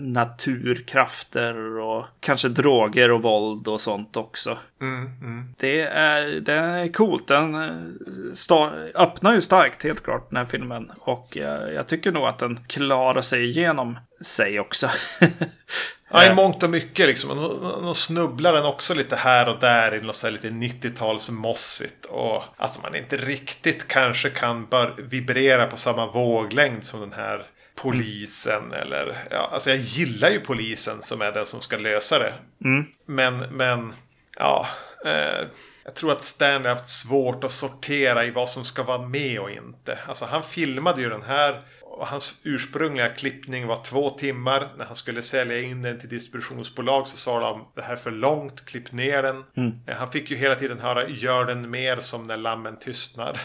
Speaker 2: naturkrafter och kanske droger och våld och sånt också.
Speaker 1: Mm, mm.
Speaker 2: Det är, det är coolt. Den star- öppnar ju starkt helt klart den här filmen. Och eh, jag tycker nog att den klarar sig igenom sig också.
Speaker 1: Ja, i mångt och mycket liksom. Och snubblar den också lite här och där i något så här lite nittio-tals mossigt. Och att man inte riktigt kanske kan bara vibrera på samma våglängd som den här polisen. Mm. Eller, ja, alltså jag gillar ju polisen som är den som ska lösa det.
Speaker 2: Mm.
Speaker 1: Men, men ja... Eh, jag tror att Stanley har haft svårt att sortera i vad som ska vara med och inte. Alltså han filmade ju den här... Och hans ursprungliga klippning var två timmar. När han skulle sälja in den till distributionsbolag så sa de det här för långt, klipp ner den. Mm. Han fick ju hela tiden höra gör den mer som när lammen tystnar.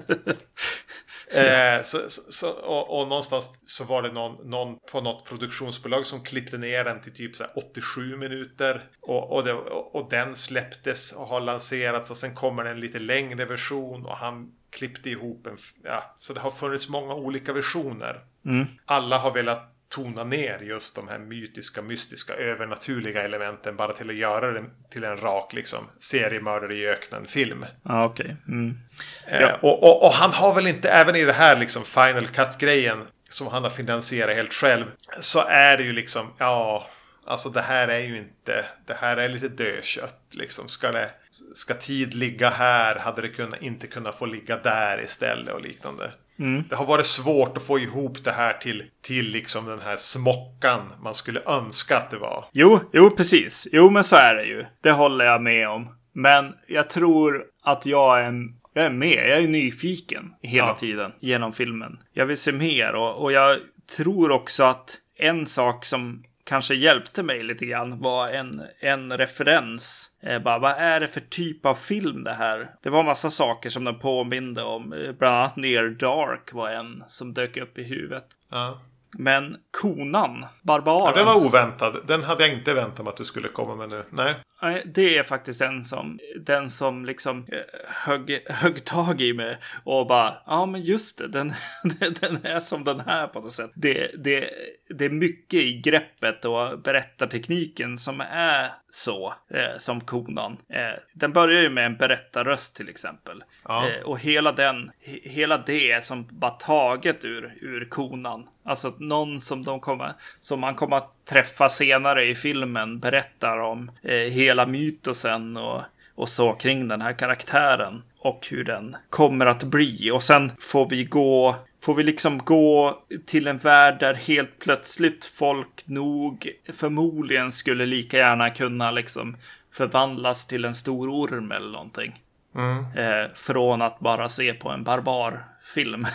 Speaker 1: eh, så, så, och, och någonstans så var det någon, någon på något produktionsbolag som klippte ner den till typ så här åttiosju minuter. Och, och, det, och, och den släpptes och har lanserats. Och sen kommer det en lite längre version och han klippte ihop en... Ja, så det har funnits många olika versioner. Mm. Alla har velat tona ner just de här mytiska, mystiska, övernaturliga elementen bara till att göra det till en rak liksom, seriemördare i öknen-film.
Speaker 2: Ja, okej. Okay. Mm.
Speaker 1: Eh, ja. och, och, och han har väl inte, även i det här liksom Final Cut-grejen som han har finansierat helt själv, så är det ju liksom, ja... Alltså det här är ju inte... Det här är lite dödkött. Liksom. Ska, det, ska tid ligga här? Hade det kunnat, inte kunnat få ligga där istället och liknande. Mm. Det har varit svårt att få ihop det här till, till liksom den här smockan man skulle önska att det var.
Speaker 2: Jo, jo, precis. Jo, men så är det ju. Det håller jag med om. Men jag tror att jag är jag är med. Jag är nyfiken hela ja. tiden genom filmen. Jag vill se mer och, och jag tror också att en sak som kanske hjälpte mig lite grann var en, en referens. Eh, bara, vad är det för typ av film det här? Det var massa saker som den påminde om. Bland annat Near Dark var en som dök upp i huvudet.
Speaker 1: Ja.
Speaker 2: Men Konan, Barbaren.
Speaker 1: Ja, den var oväntad. Den hade jag inte väntat mig att du skulle komma med nu. Nej.
Speaker 2: Det är faktiskt en som, den som liksom högg, högg tag i mig och bara, ja men just det, den, den är som den här på något sätt. Det, det, det är mycket i greppet och berättartekniken som är så, eh, som Konan. Eh, den börjar ju med en berättarröst till exempel. Ja. Eh, och hela den, he, hela det är som bara taget ur, ur Konan. Alltså någon som, de kommer, som man kommer att träffa senare i filmen berättar om eh, hela mytosen och, och så kring den här karaktären och hur den kommer att bli. Och sen får vi gå, får vi liksom gå till en värld där helt plötsligt folk nog förmodligen skulle lika gärna kunna liksom förvandlas till en stor orm eller någonting. Mm. Eh, från att bara se på en barbarfilm.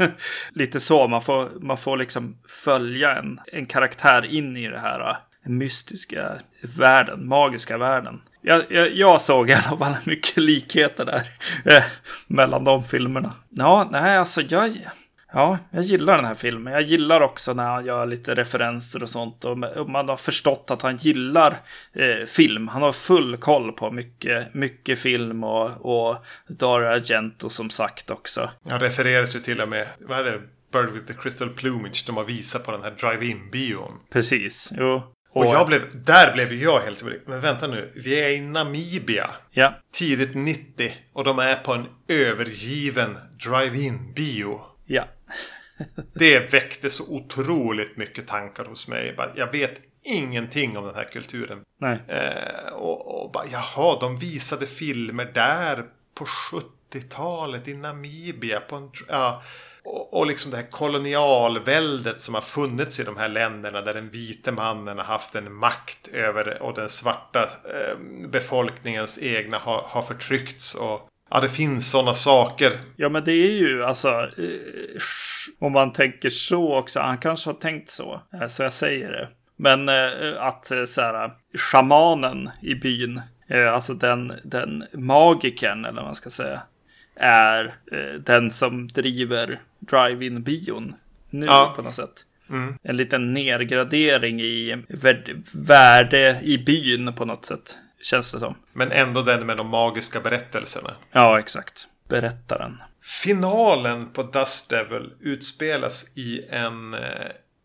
Speaker 2: Lite så, man får, man får liksom följa en, en karaktär in i det här mystiska världen, magiska världen. Jag, jag, jag såg i alla fall mycket likheter där eh, mellan de filmerna. Ja, nej alltså jag... Ja, jag gillar den här filmen. Jag gillar också när han gör lite referenser och sånt. Och man har förstått att han gillar eh, film. Han har full koll på mycket, mycket film och, och Dario Argento som sagt också.
Speaker 1: Han refereras ju till och med, vad är det? Bird with the Crystal Plumage. De har visat på den här drive-in-bion.
Speaker 2: Precis, jo.
Speaker 1: Och jag blev, där blev jag helt... Men vänta nu, vi är i Namibia.
Speaker 2: Ja.
Speaker 1: Tidigt nittio. Och de är på en övergiven drive-in-bio.
Speaker 2: Ja.
Speaker 1: Det väckte så otroligt mycket tankar hos mig. Jag vet ingenting om den här kulturen.
Speaker 2: Nej.
Speaker 1: Eh, och, och bara, jaha, de visade filmer där på sjuttiotalet i Namibia. På en, ja, och, och liksom det här kolonialväldet som har funnits i de här länderna där den vita mannen har haft en makt över och den svarta eh, befolkningens egna har, har förtryckts och ja, det finns sådana saker.
Speaker 2: Ja, men det är ju alltså... Om man tänker så också. Han kanske har tänkt så. Så jag säger det. Men att så här, shamanen i byn. Alltså den, den magiken, eller vad man ska säga. Är den som driver drive-in-bion. Nu ja. På något sätt. Mm. En liten nedgradering i värde i byn på något sätt. Känns det som.
Speaker 1: Men ändå den med de magiska berättelserna.
Speaker 2: Ja, exakt. Berättaren.
Speaker 1: Finalen på Dust Devil utspelas i en eh,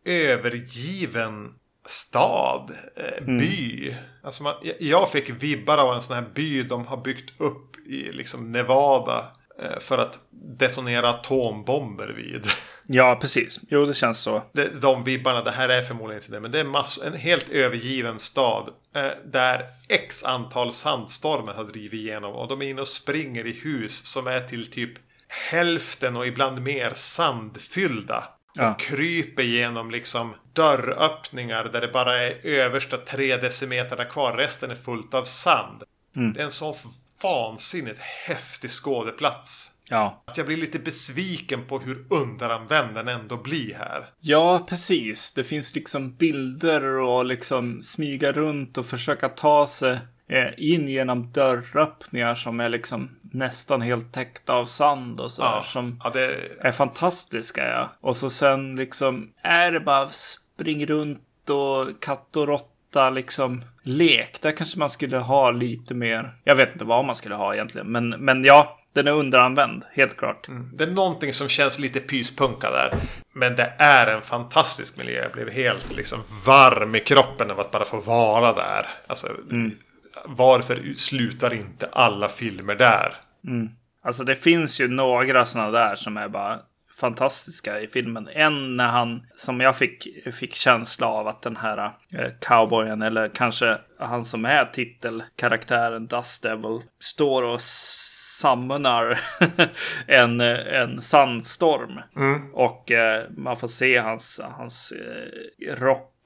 Speaker 1: övergiven stad, eh, mm. by. Alltså man, jag fick vibbar av en sån här by de har byggt upp i liksom Nevada eh, för att detonera atombomber vid.
Speaker 2: Ja, precis. Jo, det känns så.
Speaker 1: De, de vibbarna, det här är förmodligen inte det. Men det är mass, en helt övergiven stad. Eh, där x antal sandstormar har drivit igenom. Och de är inne och springer i hus som är till typ hälften och ibland mer sandfyllda.
Speaker 2: Ja.
Speaker 1: Och kryper genom liksom dörröppningar där det bara är översta tre decimeterna kvar. Resten är fullt av sand. Mm. Det är en sån vansinnigt häftig skådeplats.
Speaker 2: Ja.
Speaker 1: Att jag blir lite besviken på hur underanvänd den ändå blir här.
Speaker 2: Ja, precis. Det finns liksom bilder och liksom smyga runt och försöka ta sig in genom dörröppningar som är liksom nästan helt täckta av sand och så
Speaker 1: ja.
Speaker 2: som
Speaker 1: ja, det...
Speaker 2: är fantastiska. Ja. Och så sen liksom är det bara spring runt och katt och råtta liksom lek. Där kanske man skulle ha lite mer. Jag vet inte vad man skulle ha egentligen. Men, men ja, den är underanvänd, helt klart.
Speaker 1: Mm. Det är någonting som känns lite pyspunka där. Men det är en fantastisk miljö. Jag blev helt liksom varm i kroppen av att bara få vara där. Alltså, mm. varför slutar inte alla filmer där?
Speaker 2: Mm. Alltså det finns ju några sådana där som är bara fantastiska i filmen. En när han, som jag fick, fick känsla av att den här eh, cowboyen, eller kanske han som är titelkaraktären Dust Devil, står och summonar en, en sandstorm. Mm. Och eh, man får se hans, hans eh, rock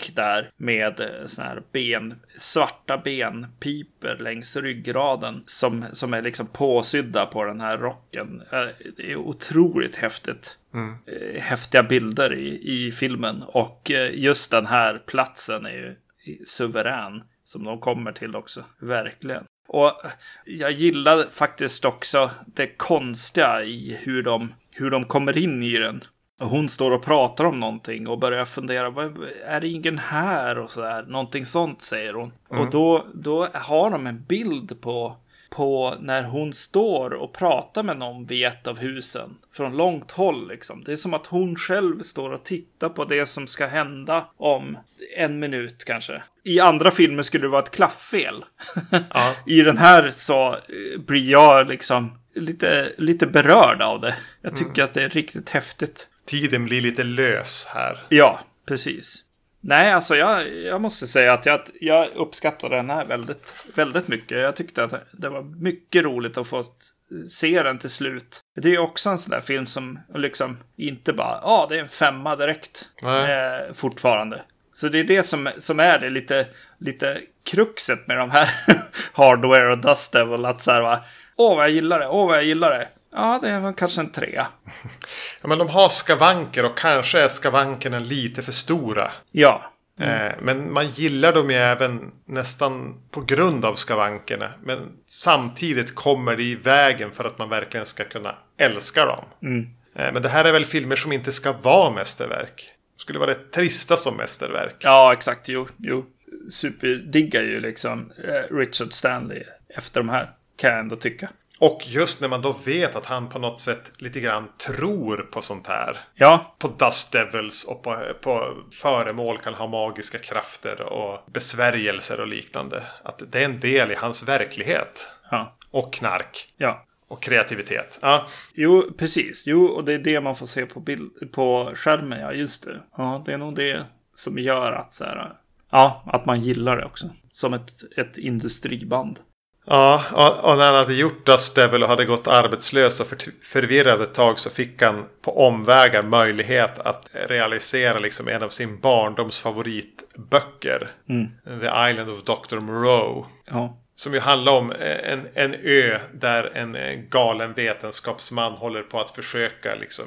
Speaker 2: rock där med såna här ben, svarta benpiper längs ryggraden som, som är liksom påsydda på den här rocken. Det är otroligt häftigt. Mm. Häftiga bilder i, i filmen. Och just den här platsen är ju suverän som de kommer till också. Verkligen. Och jag gillar faktiskt också det konstiga i hur de, hur de kommer in i den. Och hon står och pratar om någonting och börjar fundera, är det ingen här och sådär? Någonting sånt säger hon. Mm. Och då, då har de en bild på, på när hon står och pratar med någon vid ett av husen. Från långt håll liksom. Det är som att hon själv står och tittar på det som ska hända om en minut kanske. I andra filmer skulle det vara ett klafffel. Ja. I den här så blir jag liksom lite, lite berörd av det. Jag tycker mm. att det är riktigt häftigt.
Speaker 1: Tiden blir lite lös här.
Speaker 2: Ja, precis. Nej, alltså jag, jag måste säga att jag, jag uppskattar den här väldigt, väldigt mycket. Jag tyckte att det var mycket roligt att få se den till slut. Det är också en sån där film som liksom inte bara, ja ah, det är en femma direkt eh, fortfarande. Så det är det som, som är det lite, lite kruxet med de här Hardware och Dust Devil. Att så här va, åh vad jag gillar det, åh vad jag gillar det. Ja, det var kanske en trea.
Speaker 1: Ja, men de har skavanker och kanske är skavankerna lite för stora.
Speaker 2: Ja.
Speaker 1: Mm. Eh, men man gillar dem ju även nästan på grund av skavankerna. Men samtidigt kommer det i vägen för att man verkligen ska kunna älska dem. Mm. Eh, men det här är väl filmer som inte ska vara mästerverk. Det skulle vara det trista som mästerverk.
Speaker 2: Ja, exakt. Jo, jo. Superdiggar ju liksom eh, Richard Stanley efter de här, kan jag ändå tycka.
Speaker 1: Och just när man då vet att han på något sätt lite grann tror på sånt här.
Speaker 2: Ja.
Speaker 1: På Dust Devils och på, på föremål kan ha magiska krafter och besvärjelser och liknande. Att det är en del i hans verklighet.
Speaker 2: Ja.
Speaker 1: Och knark.
Speaker 2: Ja.
Speaker 1: Och kreativitet. Ja.
Speaker 2: Jo, precis. Jo, och det är det man får se på, bild, på skärmen. Ja, just det. Ja, det är nog det som gör att, så här, ja, att man gillar det också. Som ett, ett industriband.
Speaker 1: Ja, och när han hade gjort Dust Devil och hade gått arbetslös och förvirrad ett tag så fick han på omvägar möjlighet att realisera liksom en av sin barndoms favoritböcker. Mm. The Island of doktor Moreau.
Speaker 2: Ja.
Speaker 1: Som ju handlar om en, en ö där en galen vetenskapsman håller på att försöka liksom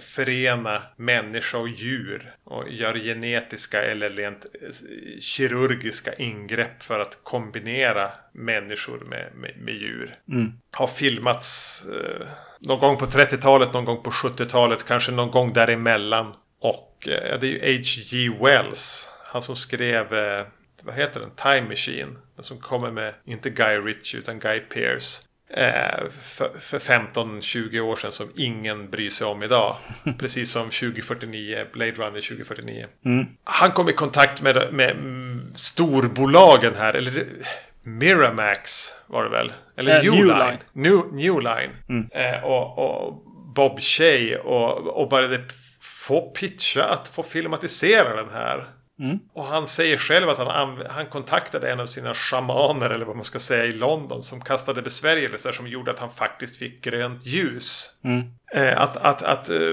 Speaker 1: förena människa och djur. Och gör genetiska eller rent kirurgiska ingrepp för att kombinera människor med, med, med djur.
Speaker 2: Mm.
Speaker 1: Har filmats eh, någon gång på trettiotalet, någon gång på sjuttiotalet, kanske någon gång däremellan. Och eh, det är ju H G Wells, han som skrev... Eh, vad heter den? Time Machine. Den som kommer med, inte Guy Ritchie utan Guy Pearce. Eh, för, för femton tjugo år sedan som ingen bryr sig om idag. Precis som tjugo fyrtionio, Blade Runner tjugo fyrtionio.
Speaker 2: Mm.
Speaker 1: Han kom i kontakt med, med storbolagen här. Eller Miramax var det väl? Eller
Speaker 2: äh,
Speaker 1: New,
Speaker 2: New
Speaker 1: Line.
Speaker 2: Line.
Speaker 1: New, New Line.
Speaker 2: Mm.
Speaker 1: Eh, och, och Bob Shea och, och började få pitcha att få filmatisera den här.
Speaker 2: Mm.
Speaker 1: Och han säger själv att han, han kontaktade en av sina shamaner eller vad man ska säga i London som kastade besvärjelser som gjorde att han faktiskt fick grönt ljus.
Speaker 2: Mm.
Speaker 1: Eh, att att, att eh,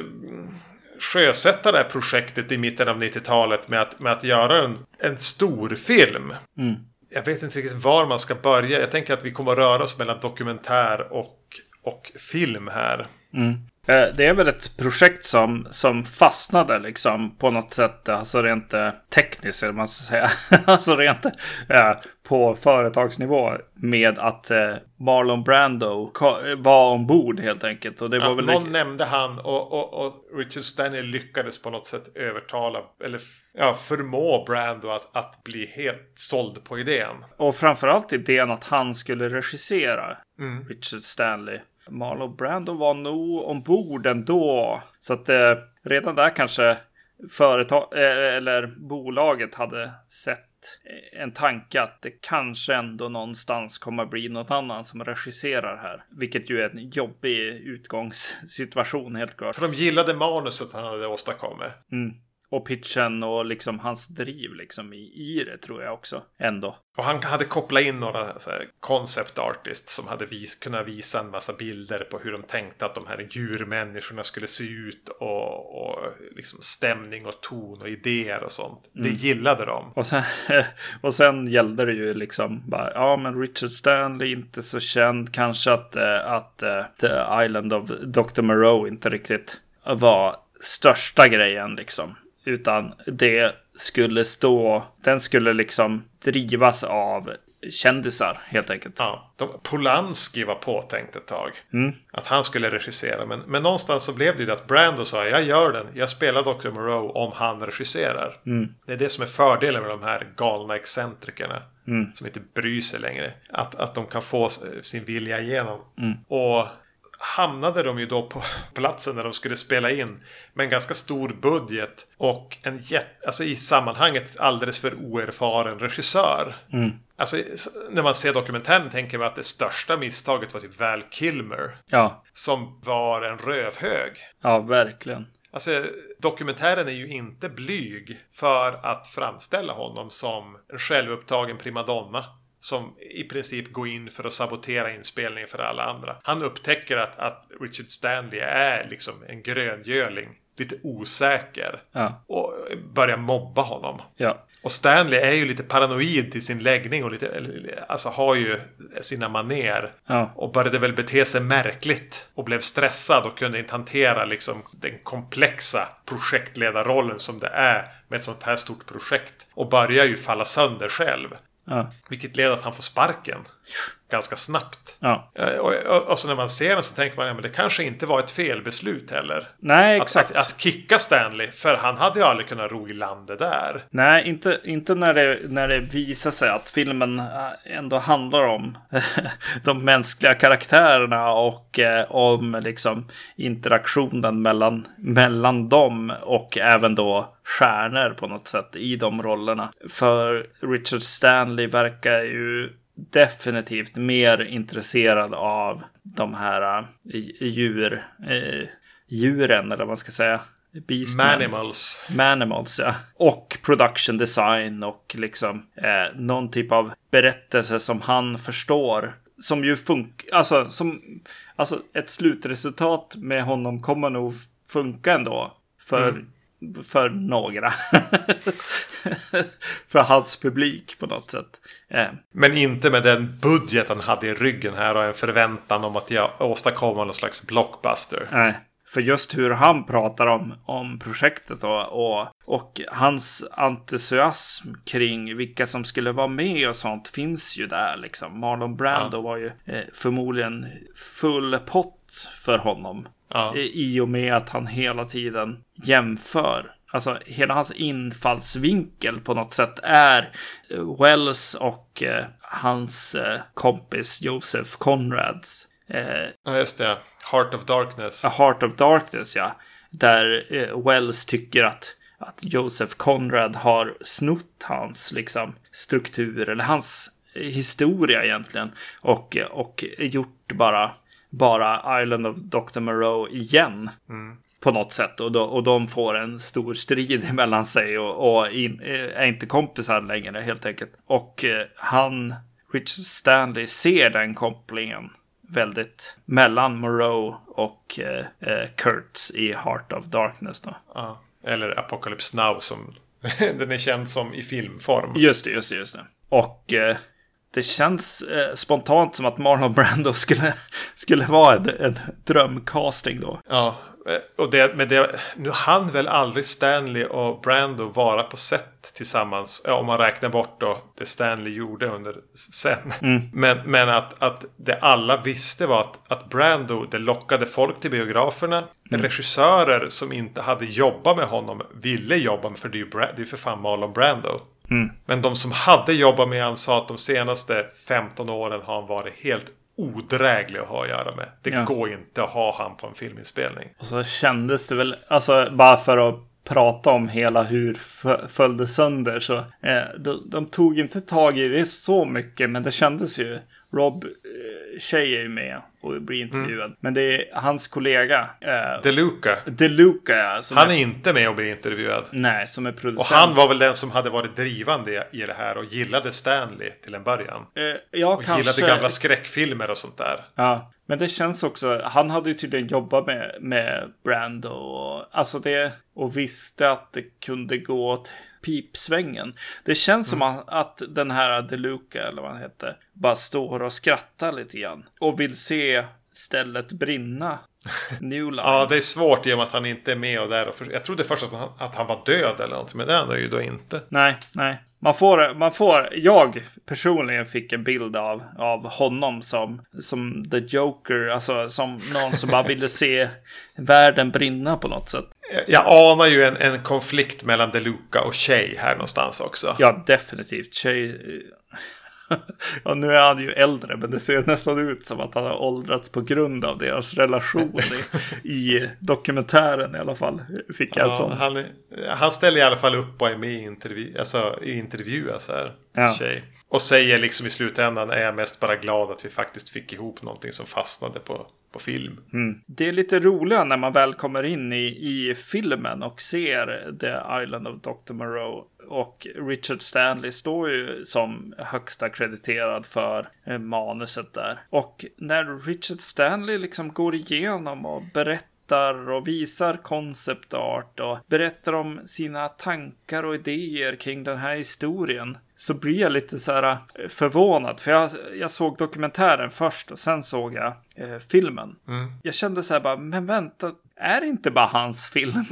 Speaker 1: sjösätta det här projektet i mitten av nittiotalet med att, med att göra en, en stor film.
Speaker 2: Mm.
Speaker 1: Jag vet inte riktigt var man ska börja. Jag tänker att vi kommer att röra oss mellan dokumentär och, och film här.
Speaker 2: Mm. Det är väl ett projekt som, som fastnade liksom på något sätt, alltså rent tekniskt eller man ska säga, alltså rent ja, på företagsnivå med att eh, Marlon Brando var ombord helt enkelt. Och det var
Speaker 1: ja,
Speaker 2: väl
Speaker 1: någon
Speaker 2: det...
Speaker 1: nämnde han och, och, och Richard Stanley lyckades på något sätt övertala eller ja, förmå Brando att, att bli helt såld på idén.
Speaker 2: Och framförallt idén att han skulle regissera
Speaker 1: mm.
Speaker 2: Richard Stanley. Marlon Brando var nog ombord ändå. Så att eh, redan där kanske företag eh, eller bolaget hade sett en tanke att det kanske ändå någonstans kommer bli något annan som regisserar här. Vilket ju är en jobbig utgångssituation helt klart.
Speaker 1: För de gillade manuset han hade åstadkommit.
Speaker 2: Mm. och pitchen och liksom hans driv liksom i, i det tror jag också ändå.
Speaker 1: Och han hade kopplat in några så här concept artists som hade vis, kunnat visa en massa bilder på hur de tänkte att de här djurmänniskorna skulle se ut och, och liksom stämning och ton och idéer och sånt. Mm. Det gillade de.
Speaker 2: Och sen, och sen gällde det ju liksom bara, ja men Richard Stanley inte så känd, kanske att, att uh, The Island of doktor Moreau inte riktigt var största grejen liksom. Utan det skulle stå, den skulle liksom drivas av kändisar helt enkelt.
Speaker 1: Ja, de, Polanski var påtänkt ett tag.
Speaker 2: Mm.
Speaker 1: Att han skulle regissera. Men, men någonstans så blev det ju att Brando sa, jag gör den. Jag spelar doktor Moreau om han regisserar.
Speaker 2: Mm.
Speaker 1: Det är det som är fördelen med de här galna excentrikerna.
Speaker 2: Mm.
Speaker 1: Som inte bryr sig längre. Att, att de kan få sin vilja igenom.
Speaker 2: Mm.
Speaker 1: Och hamnade de ju då på platsen när de skulle spela in med en ganska stor budget och en jätt, alltså i sammanhanget alldeles för oerfaren regissör.
Speaker 2: Mm.
Speaker 1: Alltså när man ser dokumentären tänker man att det största misstaget var typ Val Kilmer.
Speaker 2: Ja.
Speaker 1: Som var en rövhög.
Speaker 2: Ja, verkligen.
Speaker 1: Alltså dokumentären är ju inte blyg för att framställa honom som en självupptagen primadonna. Som i princip går in för att sabotera inspelningen för alla andra. Han upptäcker att, att Richard Stanley är liksom en gröngöling. Lite osäker.
Speaker 2: Ja.
Speaker 1: Och börjar mobba honom.
Speaker 2: Ja.
Speaker 1: Och Stanley är ju lite paranoid i sin läggning. Och lite, alltså har ju sina maner.
Speaker 2: Ja.
Speaker 1: Och började väl bete sig märkligt. Och blev stressad och kunde inte hantera liksom den komplexa projektledarrollen som det är med ett sånt här stort projekt. Och börjar ju falla sönder själv.
Speaker 2: Ja.
Speaker 1: Vilket leder att han får sparken ganska snabbt.
Speaker 2: Ja.
Speaker 1: Och, och, och så när man ser den så tänker man, ja, men det kanske inte var ett felbeslut heller.
Speaker 2: Nej, exakt.
Speaker 1: Att, att, att kicka Stanley, för han hade ju aldrig kunnat ro i landet där.
Speaker 2: Nej, inte, inte när, det, när det visar sig att filmen ändå handlar om de mänskliga karaktärerna och eh, om liksom interaktionen mellan, mellan dem och även då stjärnor på något sätt i de rollerna. För Richard Stanley verkar ju definitivt mer intresserad av de här uh, djur, uh, djuren eller vad man ska säga. Beastmen.
Speaker 1: Manimals.
Speaker 2: Manimals, ja. Och production design och liksom eh, någon typ av berättelse som han förstår. Som ju funkar, alltså, som, alltså ett slutresultat med honom kommer nog funka ändå. För mm. För några. För hans publik på något sätt. Eh.
Speaker 1: Men inte med den budget han hade i ryggen här och en förväntan om att jag åstadkomma någon slags blockbuster.
Speaker 2: Nej. För just hur han pratar om, om projektet och, och, och hans entusiasm kring vilka som skulle vara med och sånt finns ju där liksom. Marlon Brando ja. var ju eh, förmodligen full pott för honom. Ja. I och med att han hela tiden jämför. Alltså hela hans infallsvinkel på något sätt är Wells och eh, hans eh, kompis Joseph Conrads. Eh,
Speaker 1: ja just det, Heart of Darkness.
Speaker 2: A Heart of Darkness, ja. Där eh, Wells tycker att, att Joseph Conrad har snott hans liksom, struktur eller hans historia egentligen. Och, och gjort bara... bara Island of doktor Moreau igen mm. på något sätt. Och, då, och de får en stor strid mellan sig och, och in, är inte kompisar längre helt enkelt. Och eh, han, Richard Stanley, ser den kopplingen väldigt mellan Moreau och eh, Kurtz i Heart of Darkness då.
Speaker 1: Ja. Eller Apocalypse Now som den är känd som i filmform.
Speaker 2: Just det, just det, just det. Och... Eh, det känns eh, spontant som att Marlon Brando skulle, skulle vara en, en drömcasting då.
Speaker 1: Ja, och det, men det, nu hann väl aldrig Stanley och Brando vara på set tillsammans. Ja, om man räknar bort då det Stanley gjorde under sen. Mm. Men, men att, att det alla visste var att, att Brando, det lockade folk till biograferna. Mm. Regissörer som inte hade jobbat med honom ville jobba med, för det är ju Bra- det är för fan Marlon Brando. Mm. Men de som hade jobbat med han sa att de senaste femton åren har han varit helt odräglig att ha att göra med. Det ja. går inte att ha han på en filminspelning.
Speaker 2: Och så kändes det väl, alltså bara för att prata om hela hur f- följde sönder så eh, de, de tog inte tag i det så mycket, men det kändes ju Rob eh, Shea är med och blir intervjuad. Mm. Men det är hans kollega. Eh,
Speaker 1: DeLuca.
Speaker 2: DeLuca, ja. Som
Speaker 1: han är,
Speaker 2: är
Speaker 1: inte med och blir intervjuad.
Speaker 2: Nej, som är producent.
Speaker 1: Och han var väl den som hade varit drivande i det här och gillade Stanley till en början.
Speaker 2: Eh, ja,
Speaker 1: och
Speaker 2: kanske.
Speaker 1: gillade gamla skräckfilmer och sånt där.
Speaker 2: Ja. Men det känns också, han hade ju tydligen jobbat med, med Brando och, alltså det, och visste att det kunde gå åt pipsvängen. Det känns mm. som att den här DeLuca, eller vad han hette, bara står och skrattar lite grann. Och vill se stället brinna. New Line.
Speaker 1: Ja, det är svårt i och med att han inte är med och där. Och för, jag trodde först att han, att han var död eller någonting, men det är han ju då inte.
Speaker 2: Nej, nej. Man får, man får, jag personligen fick en bild av, av honom som, som The Joker, alltså som någon som bara ville se världen brinna på något sätt.
Speaker 1: Jag anar ju en, en konflikt mellan DeLuca och Shay här någonstans också.
Speaker 2: Ja, definitivt. Shay... Ja, nu är han ju äldre, men det ser nästan ut som att han har åldrats på grund av deras relation i, i dokumentären i alla fall. Fick jag
Speaker 1: ja, han, han ställer i alla fall upp och är med i intervju, alltså, i intervjuer så här,
Speaker 2: ja.
Speaker 1: Tjej. Och säger liksom i slutändan är jag mest bara glad att vi faktiskt fick ihop någonting som fastnade på, på film.
Speaker 2: Mm. Det är lite roligt när man väl kommer in i, i filmen och ser The Island of doktor Moreau. Och Richard Stanley står ju som högsta krediterad för eh, manuset där. Och när Richard Stanley liksom går igenom och berättar och visar concept art och berättar om sina tankar och idéer kring den här historien, så blir jag lite så här förvånad. För jag, jag såg dokumentären först och sen såg jag eh, filmen. Mm. Jag kände så här bara, men vänta, är det inte bara hans film?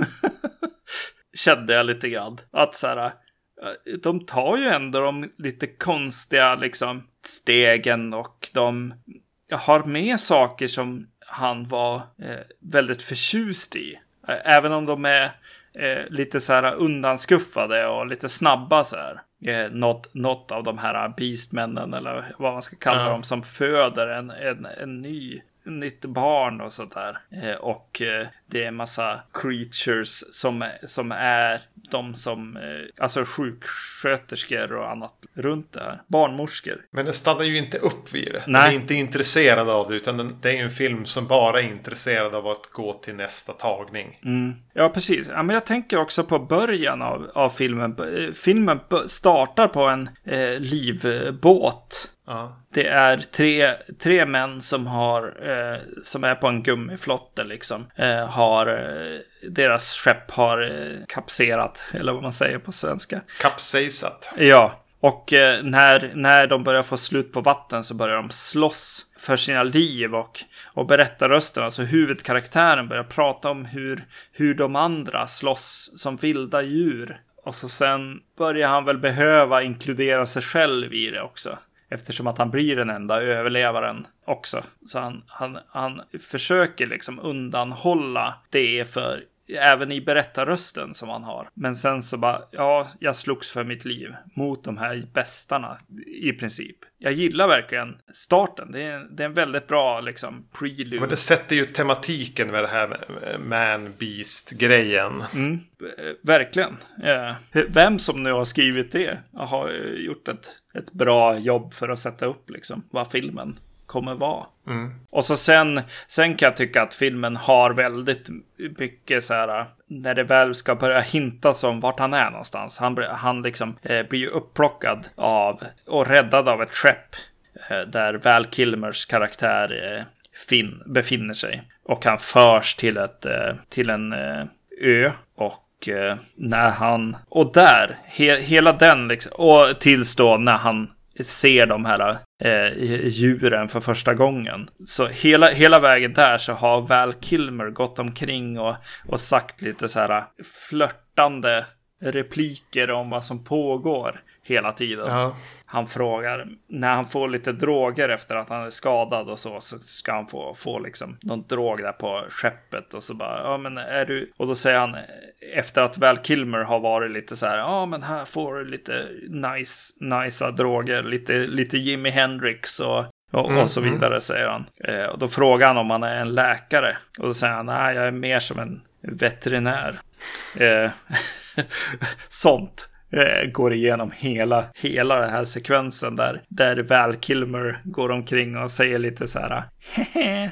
Speaker 2: Kände jag lite grann. Att så här, de tar ju ändå de lite konstiga liksom stegen och de har med saker som han var eh, väldigt förtjust i. Även om de är eh, lite så här undanskuffade och lite snabba så här. Eh, något, något av de här beastmännen eller vad man ska kalla ja. dem som föder en, en, en ny nytt barn och sånt där. Eh, och eh, det är en massa creatures som, som är de som, eh, alltså sjuksköterskor och annat runt det här. Barnmorskor.
Speaker 1: Men den stannar ju inte upp vid det.
Speaker 2: Nej.
Speaker 1: Den är inte intresserad av det, utan den, det är ju en film som bara är intresserad av att gå till nästa tagning.
Speaker 2: Mm. Ja, precis. Ja, men jag tänker också på början av, av filmen. Filmen startar på en eh, livbåt.
Speaker 1: Ja.
Speaker 2: Det är tre, tre män som har eh, som är på en gummiflotte liksom. Eh, har eh, deras skepp har eh, kapserat, eller vad man säger på svenska.
Speaker 1: Kapsejsat.
Speaker 2: Ja. Och eh, när, när de börjar få slut på vatten så börjar de slåss för sina liv och, och berättarrösten, alltså huvudkaraktären börjar prata om hur, hur de andra slåss som vilda djur. Och så sen börjar han väl behöva inkludera sig själv i det också. Eftersom att han blir den enda överlevaren också. Så han, han, han försöker liksom undanhålla det för även i berättarrösten som han har. Men sen så bara, ja, jag slogs för mitt liv mot de här bästarna i princip. Jag gillar verkligen starten. Det är, det är en väldigt bra liksom prelude. Men
Speaker 1: det sätter ju tematiken med det här man-beast-grejen.
Speaker 2: Mm, verkligen. Vem som nu har skrivit det har gjort ett, ett bra jobb för att sätta upp liksom vad filmen kommer vara. Mm. Och så sen, sen kan jag tycka att filmen har väldigt mycket så här, när det väl ska börja hintas om vart han är någonstans. Han, han liksom eh, blir ju upplockad av och räddad av ett skepp eh, där Val Kilmers karaktär eh, fin, befinner sig. Och han förs till, ett, eh, till en eh, ö och eh, när han, och där, he, hela den liksom, och tills då när han ser de här eh, djuren för första gången. Så hela, hela vägen där så har Val Kilmer gått omkring och, och sagt lite så här flörtande repliker om vad som pågår hela tiden. Ja. Han frågar, när han får lite droger efter att han är skadad och så, så ska han få, få liksom någon drog där på skeppet och så bara, ja men är du, och då säger han, efter att Val Kilmer har varit lite så här, ja men här får du lite nice, nice droger, lite, lite Jimi Hendrix och Och, mm, och så vidare, säger han. Eh, och då frågar han om han är en läkare. Och då säger han, nej, jag är mer som en veterinär. Eh, sånt. eh, går igenom hela, hela den här sekvensen där, där Val Kilmer går omkring och säger lite så här hehe.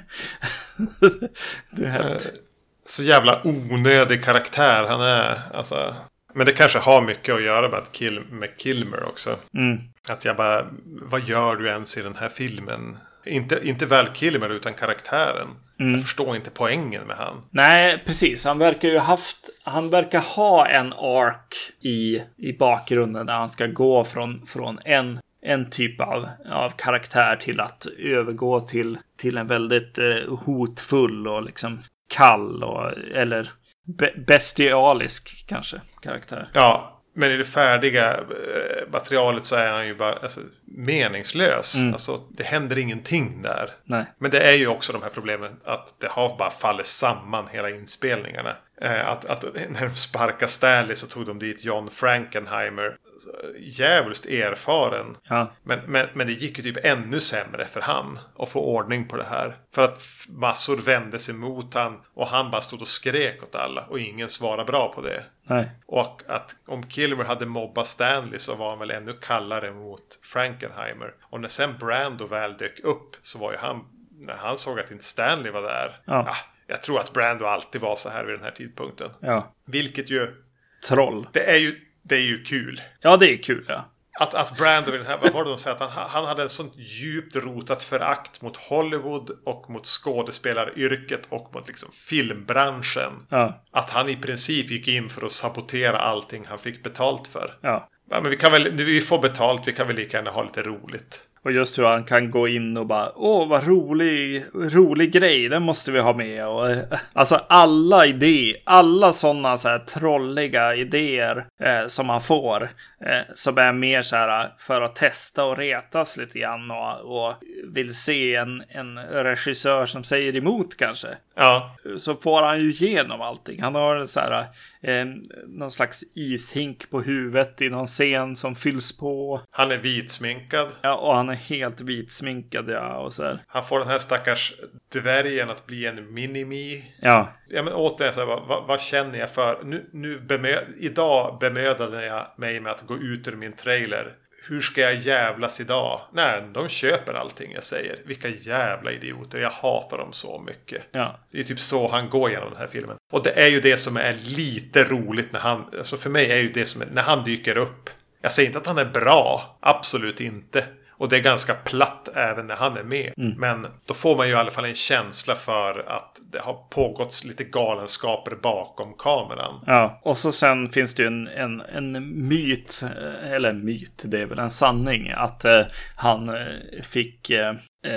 Speaker 2: Det är helt...
Speaker 1: Så jävla onödig karaktär han är. Alltså, men det kanske har mycket att göra med, att kill, med Kilmer också.
Speaker 2: Mm.
Speaker 1: Att jag bara, vad gör du ens i den här filmen? Inte, inte Val Kilmer utan karaktären. Mm. Jag förstår inte poängen med han.
Speaker 2: Nej, precis. Han verkar ju haft, han verkar ha en ark i, i bakgrunden där han ska gå från, från en, en typ av, av karaktär till att övergå till, till en väldigt eh, hotfull och liksom kall och, eller be- bestialisk kanske karaktär.
Speaker 1: Ja, men i det färdiga eh, materialet så är han ju bara alltså, meningslös. Mm. Alltså, det händer ingenting där.
Speaker 2: Nej.
Speaker 1: Men det är ju också de här problemen att det har bara fallit samman hela inspelningarna. Eh, att, att när de sparkade Stanley så tog de dit John Frankenheimer. Jävligt erfaren.
Speaker 2: Ja.
Speaker 1: Men, men, men det gick ju typ ännu sämre för han att få ordning på det här. För att massor vände sig mot han och han bara stod och skrek åt alla och ingen svarade bra på det.
Speaker 2: Nej.
Speaker 1: Och att om Kilmer hade mobbat Stanley så var han väl ännu kallare mot Frankenheimer. Och när sen Brando väl dök upp så var ju han, när han såg att inte Stanley var där.
Speaker 2: Ja.
Speaker 1: Ah, jag tror att Brando alltid var så här vid den här tidpunkten.
Speaker 2: Ja.
Speaker 1: Vilket ju...
Speaker 2: Troll.
Speaker 1: Det är ju, det är ju kul.
Speaker 2: Ja, det är kul, ja.
Speaker 1: Att, att Brando, den här, vad var det de säger? Att han, han hade en sånt djupt rotat förakt mot Hollywood och mot skådespelaryrket och mot liksom filmbranschen.
Speaker 2: Ja.
Speaker 1: Att han i princip gick in för att sabotera allting han fick betalt för.
Speaker 2: Ja.
Speaker 1: Ja, men vi kan väl, vi får betalt, vi kan väl lika gärna ha lite roligt.
Speaker 2: Och just hur han kan gå in och bara, åh vad rolig, rolig grej, den måste vi ha med. Och, alltså alla idéer, alla sådana så här trolliga idéer eh, som han får. Eh, som är mer så här för att testa och retas lite grann. Och, och vill se en, en regissör som säger emot kanske.
Speaker 1: Ja.
Speaker 2: Så får han ju igenom allting. Han har så här, eh, någon slags ishink på huvudet i någon scen som fylls på.
Speaker 1: Han är vitsminkad.
Speaker 2: Ja, och han är helt vitsminkad, ja, och så här.
Speaker 1: Han får den här stackars dvärgen att bli en minimi.
Speaker 2: Ja.
Speaker 1: Ja, men återigen så här, vad, vad, vad känner jag för? Nu, nu bemö- idag bemödade jag mig med att gå ut ur min trailer. Hur ska jag jävlas idag? Nej, de köper allting jag säger. Vilka jävla idioter. Jag hatar dem så mycket.
Speaker 2: Ja.
Speaker 1: Det är typ så han går genom den här filmen. Och det är ju det som är lite roligt när han... Alltså för mig är ju det som är, när han dyker upp. Jag säger inte att han är bra. Absolut inte. Och det är ganska platt även när han är med. Mm. Men då får man ju i alla fall en känsla för att det har pågått lite galenskaper bakom kameran.
Speaker 2: Ja, och så sen finns det ju en, en, en myt, eller en myt, det är väl en sanning, att eh, han eh, fick eh,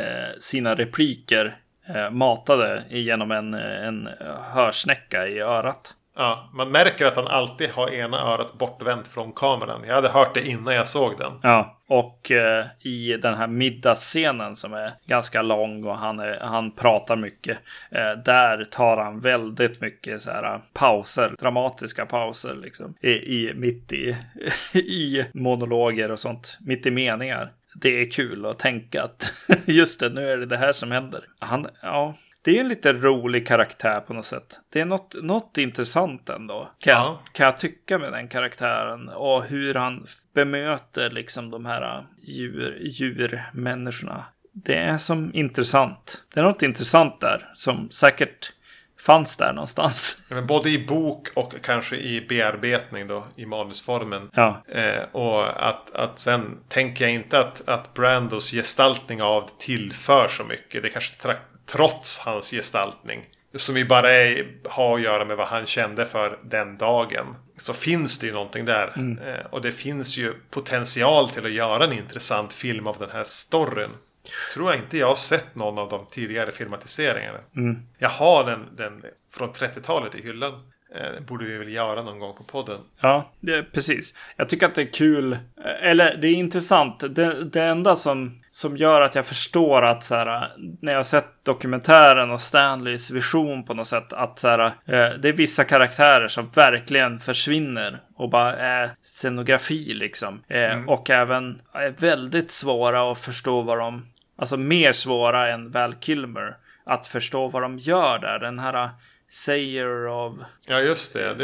Speaker 2: sina repliker eh, matade genom en, en hörsnäcka i örat.
Speaker 1: Ja, man märker att han alltid har ena örat bortvänt från kameran. Jag hade hört det innan jag såg den.
Speaker 2: Ja, och eh, i den här middagsscenen som är ganska lång och han, är, han pratar mycket. Eh, där tar han väldigt mycket så här pauser, dramatiska pauser liksom. I, i, mitt i, i monologer och sånt, mitt i meningar. Det är kul att tänka att just det, nu är det det här som händer. Han, ja... Det är en lite rolig karaktär på något sätt. Det är något, något intressant ändå. Kan, ja. kan jag tycka med den karaktären. Och hur han bemöter liksom de här djur, djurmänniskorna. Det är som intressant. Det är något intressant där som säkert fanns där någonstans.
Speaker 1: Men både i bok och kanske i bearbetning då, i manusformen.
Speaker 2: Ja.
Speaker 1: Eh, och att, att sen tänker jag inte att, att Brandos gestaltning av det tillför så mycket. Det kanske tra- trots hans gestaltning. Som ju bara är, har att göra med vad han kände för den dagen. Så finns det ju någonting där. Mm. Eh, och det finns ju potential till att göra en intressant film av den här storyn. Tror jag inte jag har sett någon av de tidigare filmatiseringarna.
Speaker 2: Mm.
Speaker 1: Jag har den, den från trettiotalet i hyllan. Eh, borde vi väl göra någon gång på podden.
Speaker 2: Ja, det är precis. Jag tycker att det är kul. Eller det är intressant. Det, det enda som, som gör att jag förstår att så här, när jag har sett dokumentären och Stanleys vision på något sätt. Att så här, eh, det är vissa karaktärer som verkligen försvinner. Och bara är scenografi liksom. Eh, mm. Och även är väldigt svåra att förstå vad de... Alltså mer svåra än Val Kilmer. Att förstå vad de gör där. Den här... Sayer av...
Speaker 1: Ja, just det. Det är väl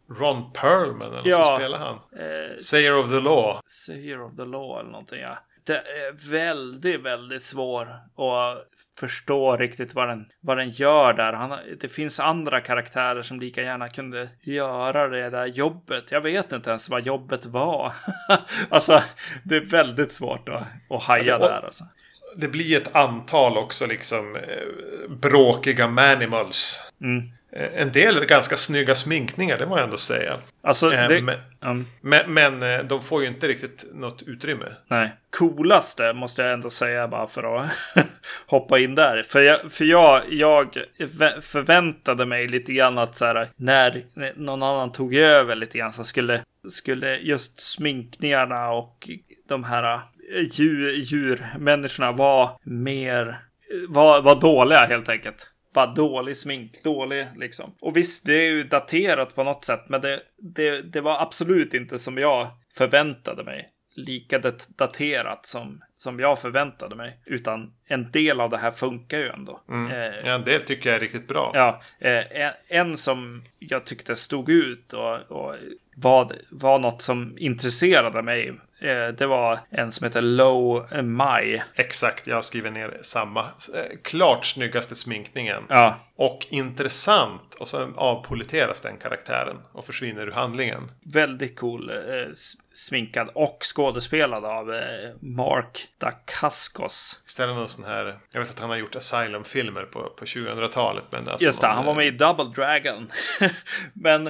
Speaker 1: Ron Perlman eller
Speaker 2: ja,
Speaker 1: så spelar han.
Speaker 2: Eh,
Speaker 1: Sayer of the Law.
Speaker 2: Sayer of the Law eller någonting, ja. Det är väldigt, väldigt svår att förstå riktigt vad den, vad den gör där. Han, det finns andra karaktärer som lika gärna kunde göra det där jobbet. Jag vet inte ens vad jobbet var. Alltså, det är väldigt svårt att, att haja ja, det, där. Alltså.
Speaker 1: Det blir ett antal också liksom eh, bråkiga manimals.
Speaker 2: Mm.
Speaker 1: En del är ganska snygga sminkningar, det må jag ändå säga.
Speaker 2: Alltså, det,
Speaker 1: men,
Speaker 2: um,
Speaker 1: men, men de får ju inte riktigt något utrymme.
Speaker 2: Nej, coolaste måste jag ändå säga bara för att hoppa in där. För jag, för jag, jag förväntade mig lite grann att så här, när någon annan tog över lite grann så skulle, skulle just sminkningarna och de här djur, djurmänniskorna vara mer, var, var dåliga helt enkelt. Bara dålig smink, dålig liksom. Och visst, det är ju daterat på något sätt. Men det, det, det var absolut inte som jag förväntade mig. Lika det, daterat som, som jag förväntade mig. Utan en del av det här funkar ju ändå.
Speaker 1: Mm. Eh, ja, en del tycker jag är riktigt bra.
Speaker 2: Ja, eh, en, en som jag tyckte stod ut och, och var, var något som intresserade mig. Eh, det var en som heter Low Mai.
Speaker 1: Exakt, jag skriver ner samma. Eh, klart snyggaste sminkningen.
Speaker 2: Ja.
Speaker 1: Och intressant. Och så avpoliteras den karaktären och försvinner ur handlingen.
Speaker 2: Väldigt cool eh, sminkad och skådespelad av eh, Mark Dacascos.
Speaker 1: Istället någon sån här, jag vet att han har gjort Asylum-filmer på, på tjugohundratalet. Men alltså
Speaker 2: just det,
Speaker 1: någon,
Speaker 2: han var med i Double Dragon. Men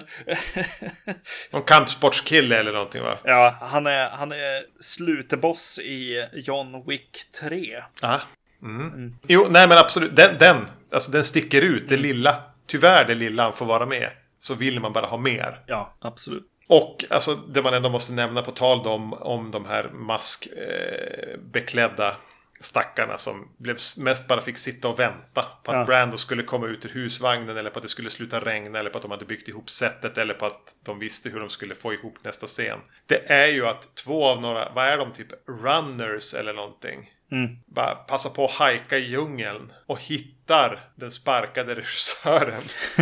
Speaker 1: någon kampsportskille eller någonting, va?
Speaker 2: Ja, han är, han är slutboss i John Wick tre.
Speaker 1: Aha. Mm. Mm. Jo, nej men absolut. Den, den, alltså den sticker ut, det lilla. Tyvärr det lilla han får vara med. Så vill man bara ha mer.
Speaker 2: Ja, absolut.
Speaker 1: Och alltså det man ändå måste nämna på tal om, om de här maskbeklädda eh, stackarna som blev mest bara fick sitta och vänta på att ja. Brando skulle komma ut ur husvagnen, eller på att det skulle sluta regna, eller på att de hade byggt ihop sättet, eller på att de visste hur de skulle få ihop nästa scen. Det är ju att två av några, vad är de, typ runners eller någonting, mm. bara passa på att hajka i djungeln och hittar den sparkade regissören.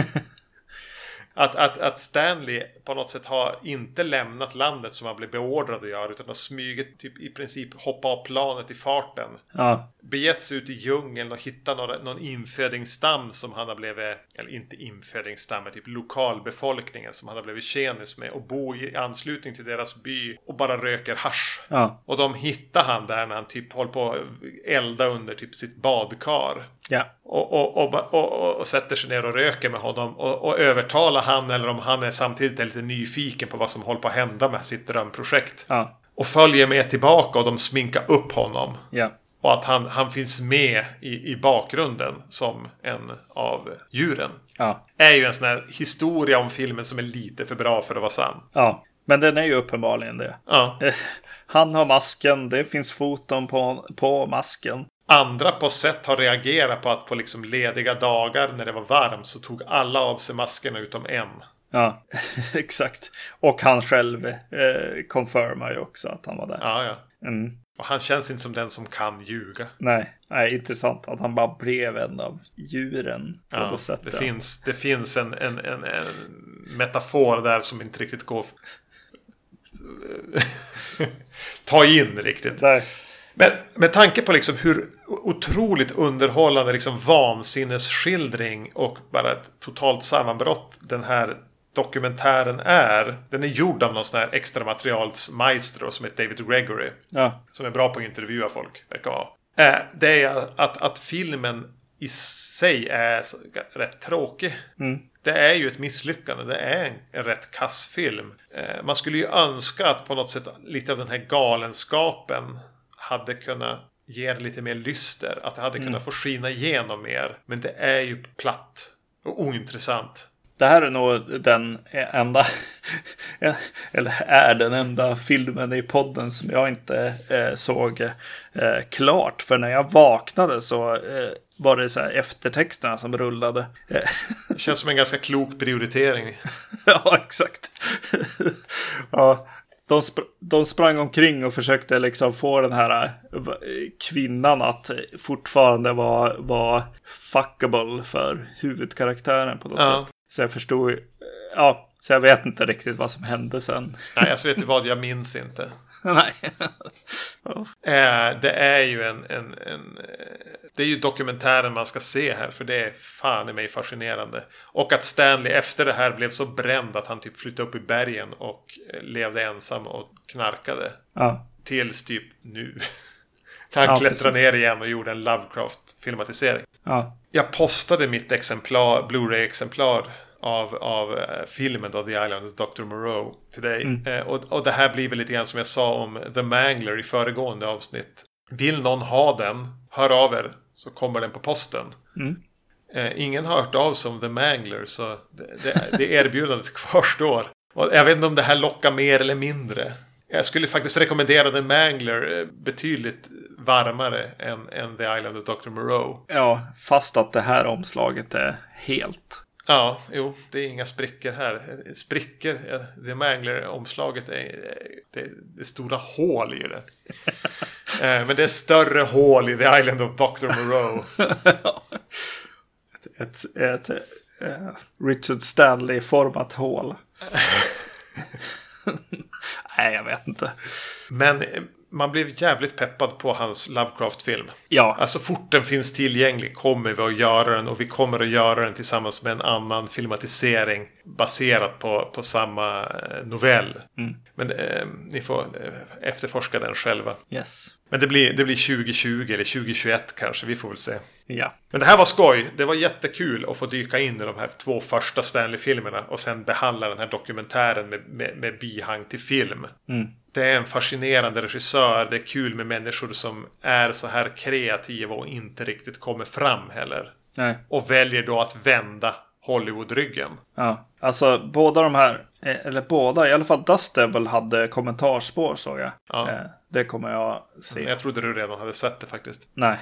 Speaker 1: Att, att, att Stanley på något sätt har inte lämnat landet som han blev beordrad att göra, utan har smugit typ i princip hoppa av planet i farten.
Speaker 2: Ja.
Speaker 1: Begett sig ut i djungeln och hitta några, någon infödingsstam som han har blivit, eller inte infödingsstam, men typ lokalbefolkningen som han har blivit tjenis med, och bo i anslutning till deras by och bara röker hasch.
Speaker 2: Ja.
Speaker 1: Och de hittar han där när han typ håller på att elda under typ sitt badkar.
Speaker 2: Ja.
Speaker 1: Och, och, och, och, och sätter sig ner och röker med honom och, och övertalar han, eller om han är samtidigt är lite nyfiken på vad som håller på att hända med sitt drömprojekt.
Speaker 2: Ja.
Speaker 1: Och följer med tillbaka och de sminkar upp honom.
Speaker 2: Ja.
Speaker 1: Och att han, han finns med i, i bakgrunden som en av djuren.
Speaker 2: Ja.
Speaker 1: Är ju en sån här historia om filmen som är lite för bra för att vara sann.
Speaker 2: Ja, men den är ju uppenbarligen det.
Speaker 1: Ja.
Speaker 2: Han har masken, det finns foton på, på masken.
Speaker 1: Andra på sätt har reagerat på att på liksom lediga dagar när det var varmt så tog alla av sig maskerna utom en.
Speaker 2: Ja, exakt. Och han själv eh, confirmar ju också att han var där.
Speaker 1: Ja, ja.
Speaker 2: Mm.
Speaker 1: Och han känns inte som den som kan ljuga.
Speaker 2: Nej, nej, intressant att han bara blev en av djuren på
Speaker 1: ja,
Speaker 2: det sättet.
Speaker 1: Det finns, det finns en, en, en, en metafor där som inte riktigt går ta in riktigt.
Speaker 2: Nej.
Speaker 1: Men med tanke på liksom hur otroligt underhållande liksom vansinnesskildring och bara ett totalt sammanbrott den här dokumentären är. Den är gjord av någon sån här extra materialsmaestro som heter David Gregory.
Speaker 2: Ja.
Speaker 1: Som är bra på att intervjua folk, verkar vara. Eh, det är att, att filmen i sig är rätt tråkig.
Speaker 2: Mm.
Speaker 1: Det är ju ett misslyckande. Det är en, en rätt kass film. Eh, man skulle ju önska att på något sätt lite av den här galenskapen hade kunnat ge lite mer lyster. Att det hade mm. kunnat få skina igenom mer. Men det är ju platt och ointressant.
Speaker 2: Det här är nog den enda eller är den enda filmen i podden som jag inte eh, såg eh, klart. För när jag vaknade så eh, var det så här eftertexterna som rullade.
Speaker 1: Det känns som en ganska klok prioritering.
Speaker 2: Ja, exakt. Ja. De, spr- de sprang omkring och försökte liksom få den här kvinnan att fortfarande vara var fuckable för huvudkaraktären på något
Speaker 1: ja.
Speaker 2: sätt. Så jag förstod, ja, Så jag vet inte riktigt vad som hände sen.
Speaker 1: Nej, alltså vet du vad, jag minns inte.
Speaker 2: Nej.
Speaker 1: oh. eh, det är ju en, en, en det är ju dokumentären man ska se här, för det är fan i mig fascinerande. Och att Stanley efter det här blev så bränd att han typ flyttade upp i bergen och levde ensam och knarkade.
Speaker 2: Ja.
Speaker 1: Tills typ nu. Han ja, klättrade ner igen och gjorde en Lovecraft-filmatisering.
Speaker 2: Ja.
Speaker 1: Jag postade mitt exemplar, Blu-ray-exemplar av, av uh, filmen då, The Island of doktor Moreau till dig. Mm. Uh, och, och det här blir väl lite grann som jag sa om The Mangler i föregående avsnitt. Vill någon ha den, hör av er, så kommer den på posten.
Speaker 2: Mm.
Speaker 1: Uh, ingen har hört av sig om The Mangler, så det, det, det erbjudandet kvarstår. Och jag vet inte om det här lockar mer eller mindre. Jag skulle faktiskt rekommendera The Mangler betydligt varmare än, än The Island of doktor Moreau.
Speaker 2: Ja, fast att det här omslaget är helt.
Speaker 1: Ja, jo, det är inga sprickor här. Sprickor, The Mangler-omslaget är det, det är stora hål i det. Men det är större hål i The Island of doktor Moreau.
Speaker 2: ett ett, ett uh, Richard Stanley-format hål. Nej, jag vet inte.
Speaker 1: Men man blev jävligt peppad på hans Lovecraft-film.
Speaker 2: Ja.
Speaker 1: Alltså fort den finns tillgänglig kommer vi att göra den. Och vi kommer att göra den tillsammans med en annan filmatisering baserat på, på samma novell.
Speaker 2: Mm.
Speaker 1: Men eh, ni får eh, efterforska den själva.
Speaker 2: Yes.
Speaker 1: Men det blir, det blir tjugo tjugo eller tjugo tjugoett kanske, vi får väl se.
Speaker 2: Ja.
Speaker 1: Men det här var skoj, det var jättekul att få dyka in i de här två första Stanley-filmerna och sen behandla den här dokumentären med, med, med bihang till film.
Speaker 2: Mm.
Speaker 1: Det är en fascinerande regissör, det är kul med människor som är så här kreativa och inte riktigt kommer fram heller.
Speaker 2: Nej.
Speaker 1: Och väljer då att vända Hollywood-ryggen.
Speaker 2: Ja, alltså båda de här, eller båda, i alla fall Dust Devil hade kommentarspår, såg jag.
Speaker 1: Ja.
Speaker 2: Eh, det kommer jag se.
Speaker 1: Jag trodde du redan hade sett det faktiskt.
Speaker 2: Nej.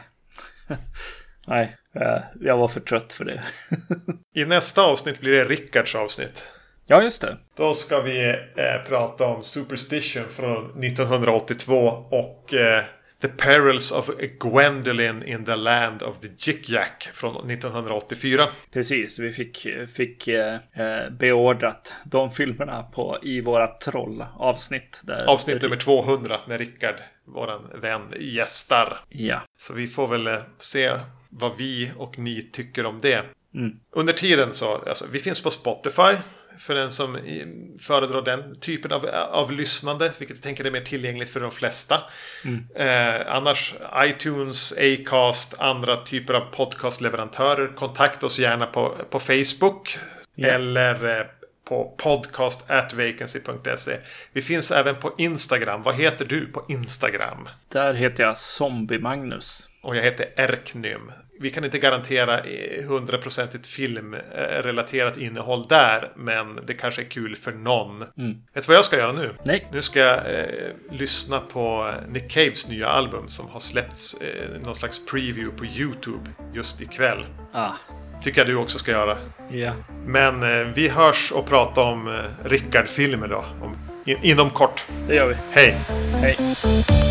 Speaker 2: Nej, eh, jag var för trött för det.
Speaker 1: I nästa avsnitt blir det Rickards avsnitt.
Speaker 2: Ja, just det.
Speaker 1: Då ska vi eh, prata om Superstition från nittonhundraåttiotvå och eh, The Perils of Gwendolyn in the Land of the Jik-Jak från nittonhundraåttiofyra.
Speaker 2: Precis, vi fick, fick eh, beordrat de filmerna på, i våra trollavsnitt. Där,
Speaker 1: Avsnitt
Speaker 2: där...
Speaker 1: nummer tvåhundra när Rickard, våran vän, gästar.
Speaker 2: Ja.
Speaker 1: Så vi får väl eh, se vad vi och ni tycker om det.
Speaker 2: Mm.
Speaker 1: Under tiden så, alltså, vi finns på Spotify. För den som föredrar den typen av, av lyssnande, vilket jag tänker är mer tillgängligt för de flesta.
Speaker 2: Mm.
Speaker 1: Eh, annars iTunes, Acast, andra typer av podcastleverantörer. Kontakta oss gärna på, på Facebook. Yeah. Eller eh, på podcast at vacancy punkt se. Vi finns även på Instagram. Vad heter du på Instagram?
Speaker 2: Där heter jag Zombie Magnus. Och
Speaker 1: jag heter Erknym. Vi kan inte garantera hundraprocentigt filmrelaterat innehåll där, men det kanske är kul för någon.
Speaker 2: Mm.
Speaker 1: Vet du vad jag ska göra nu?
Speaker 2: Nej.
Speaker 1: Nu ska jag eh, lyssna på Nick Caves nya album som har släppts eh, någon slags preview på YouTube just ikväll.
Speaker 2: Ah.
Speaker 1: Tycker jag du också ska göra.
Speaker 2: Ja.
Speaker 1: Men eh, vi hörs och pratar om eh, Rickard-filmer då. Om, in, inom kort.
Speaker 2: Det gör vi.
Speaker 1: Hej.
Speaker 2: Hej.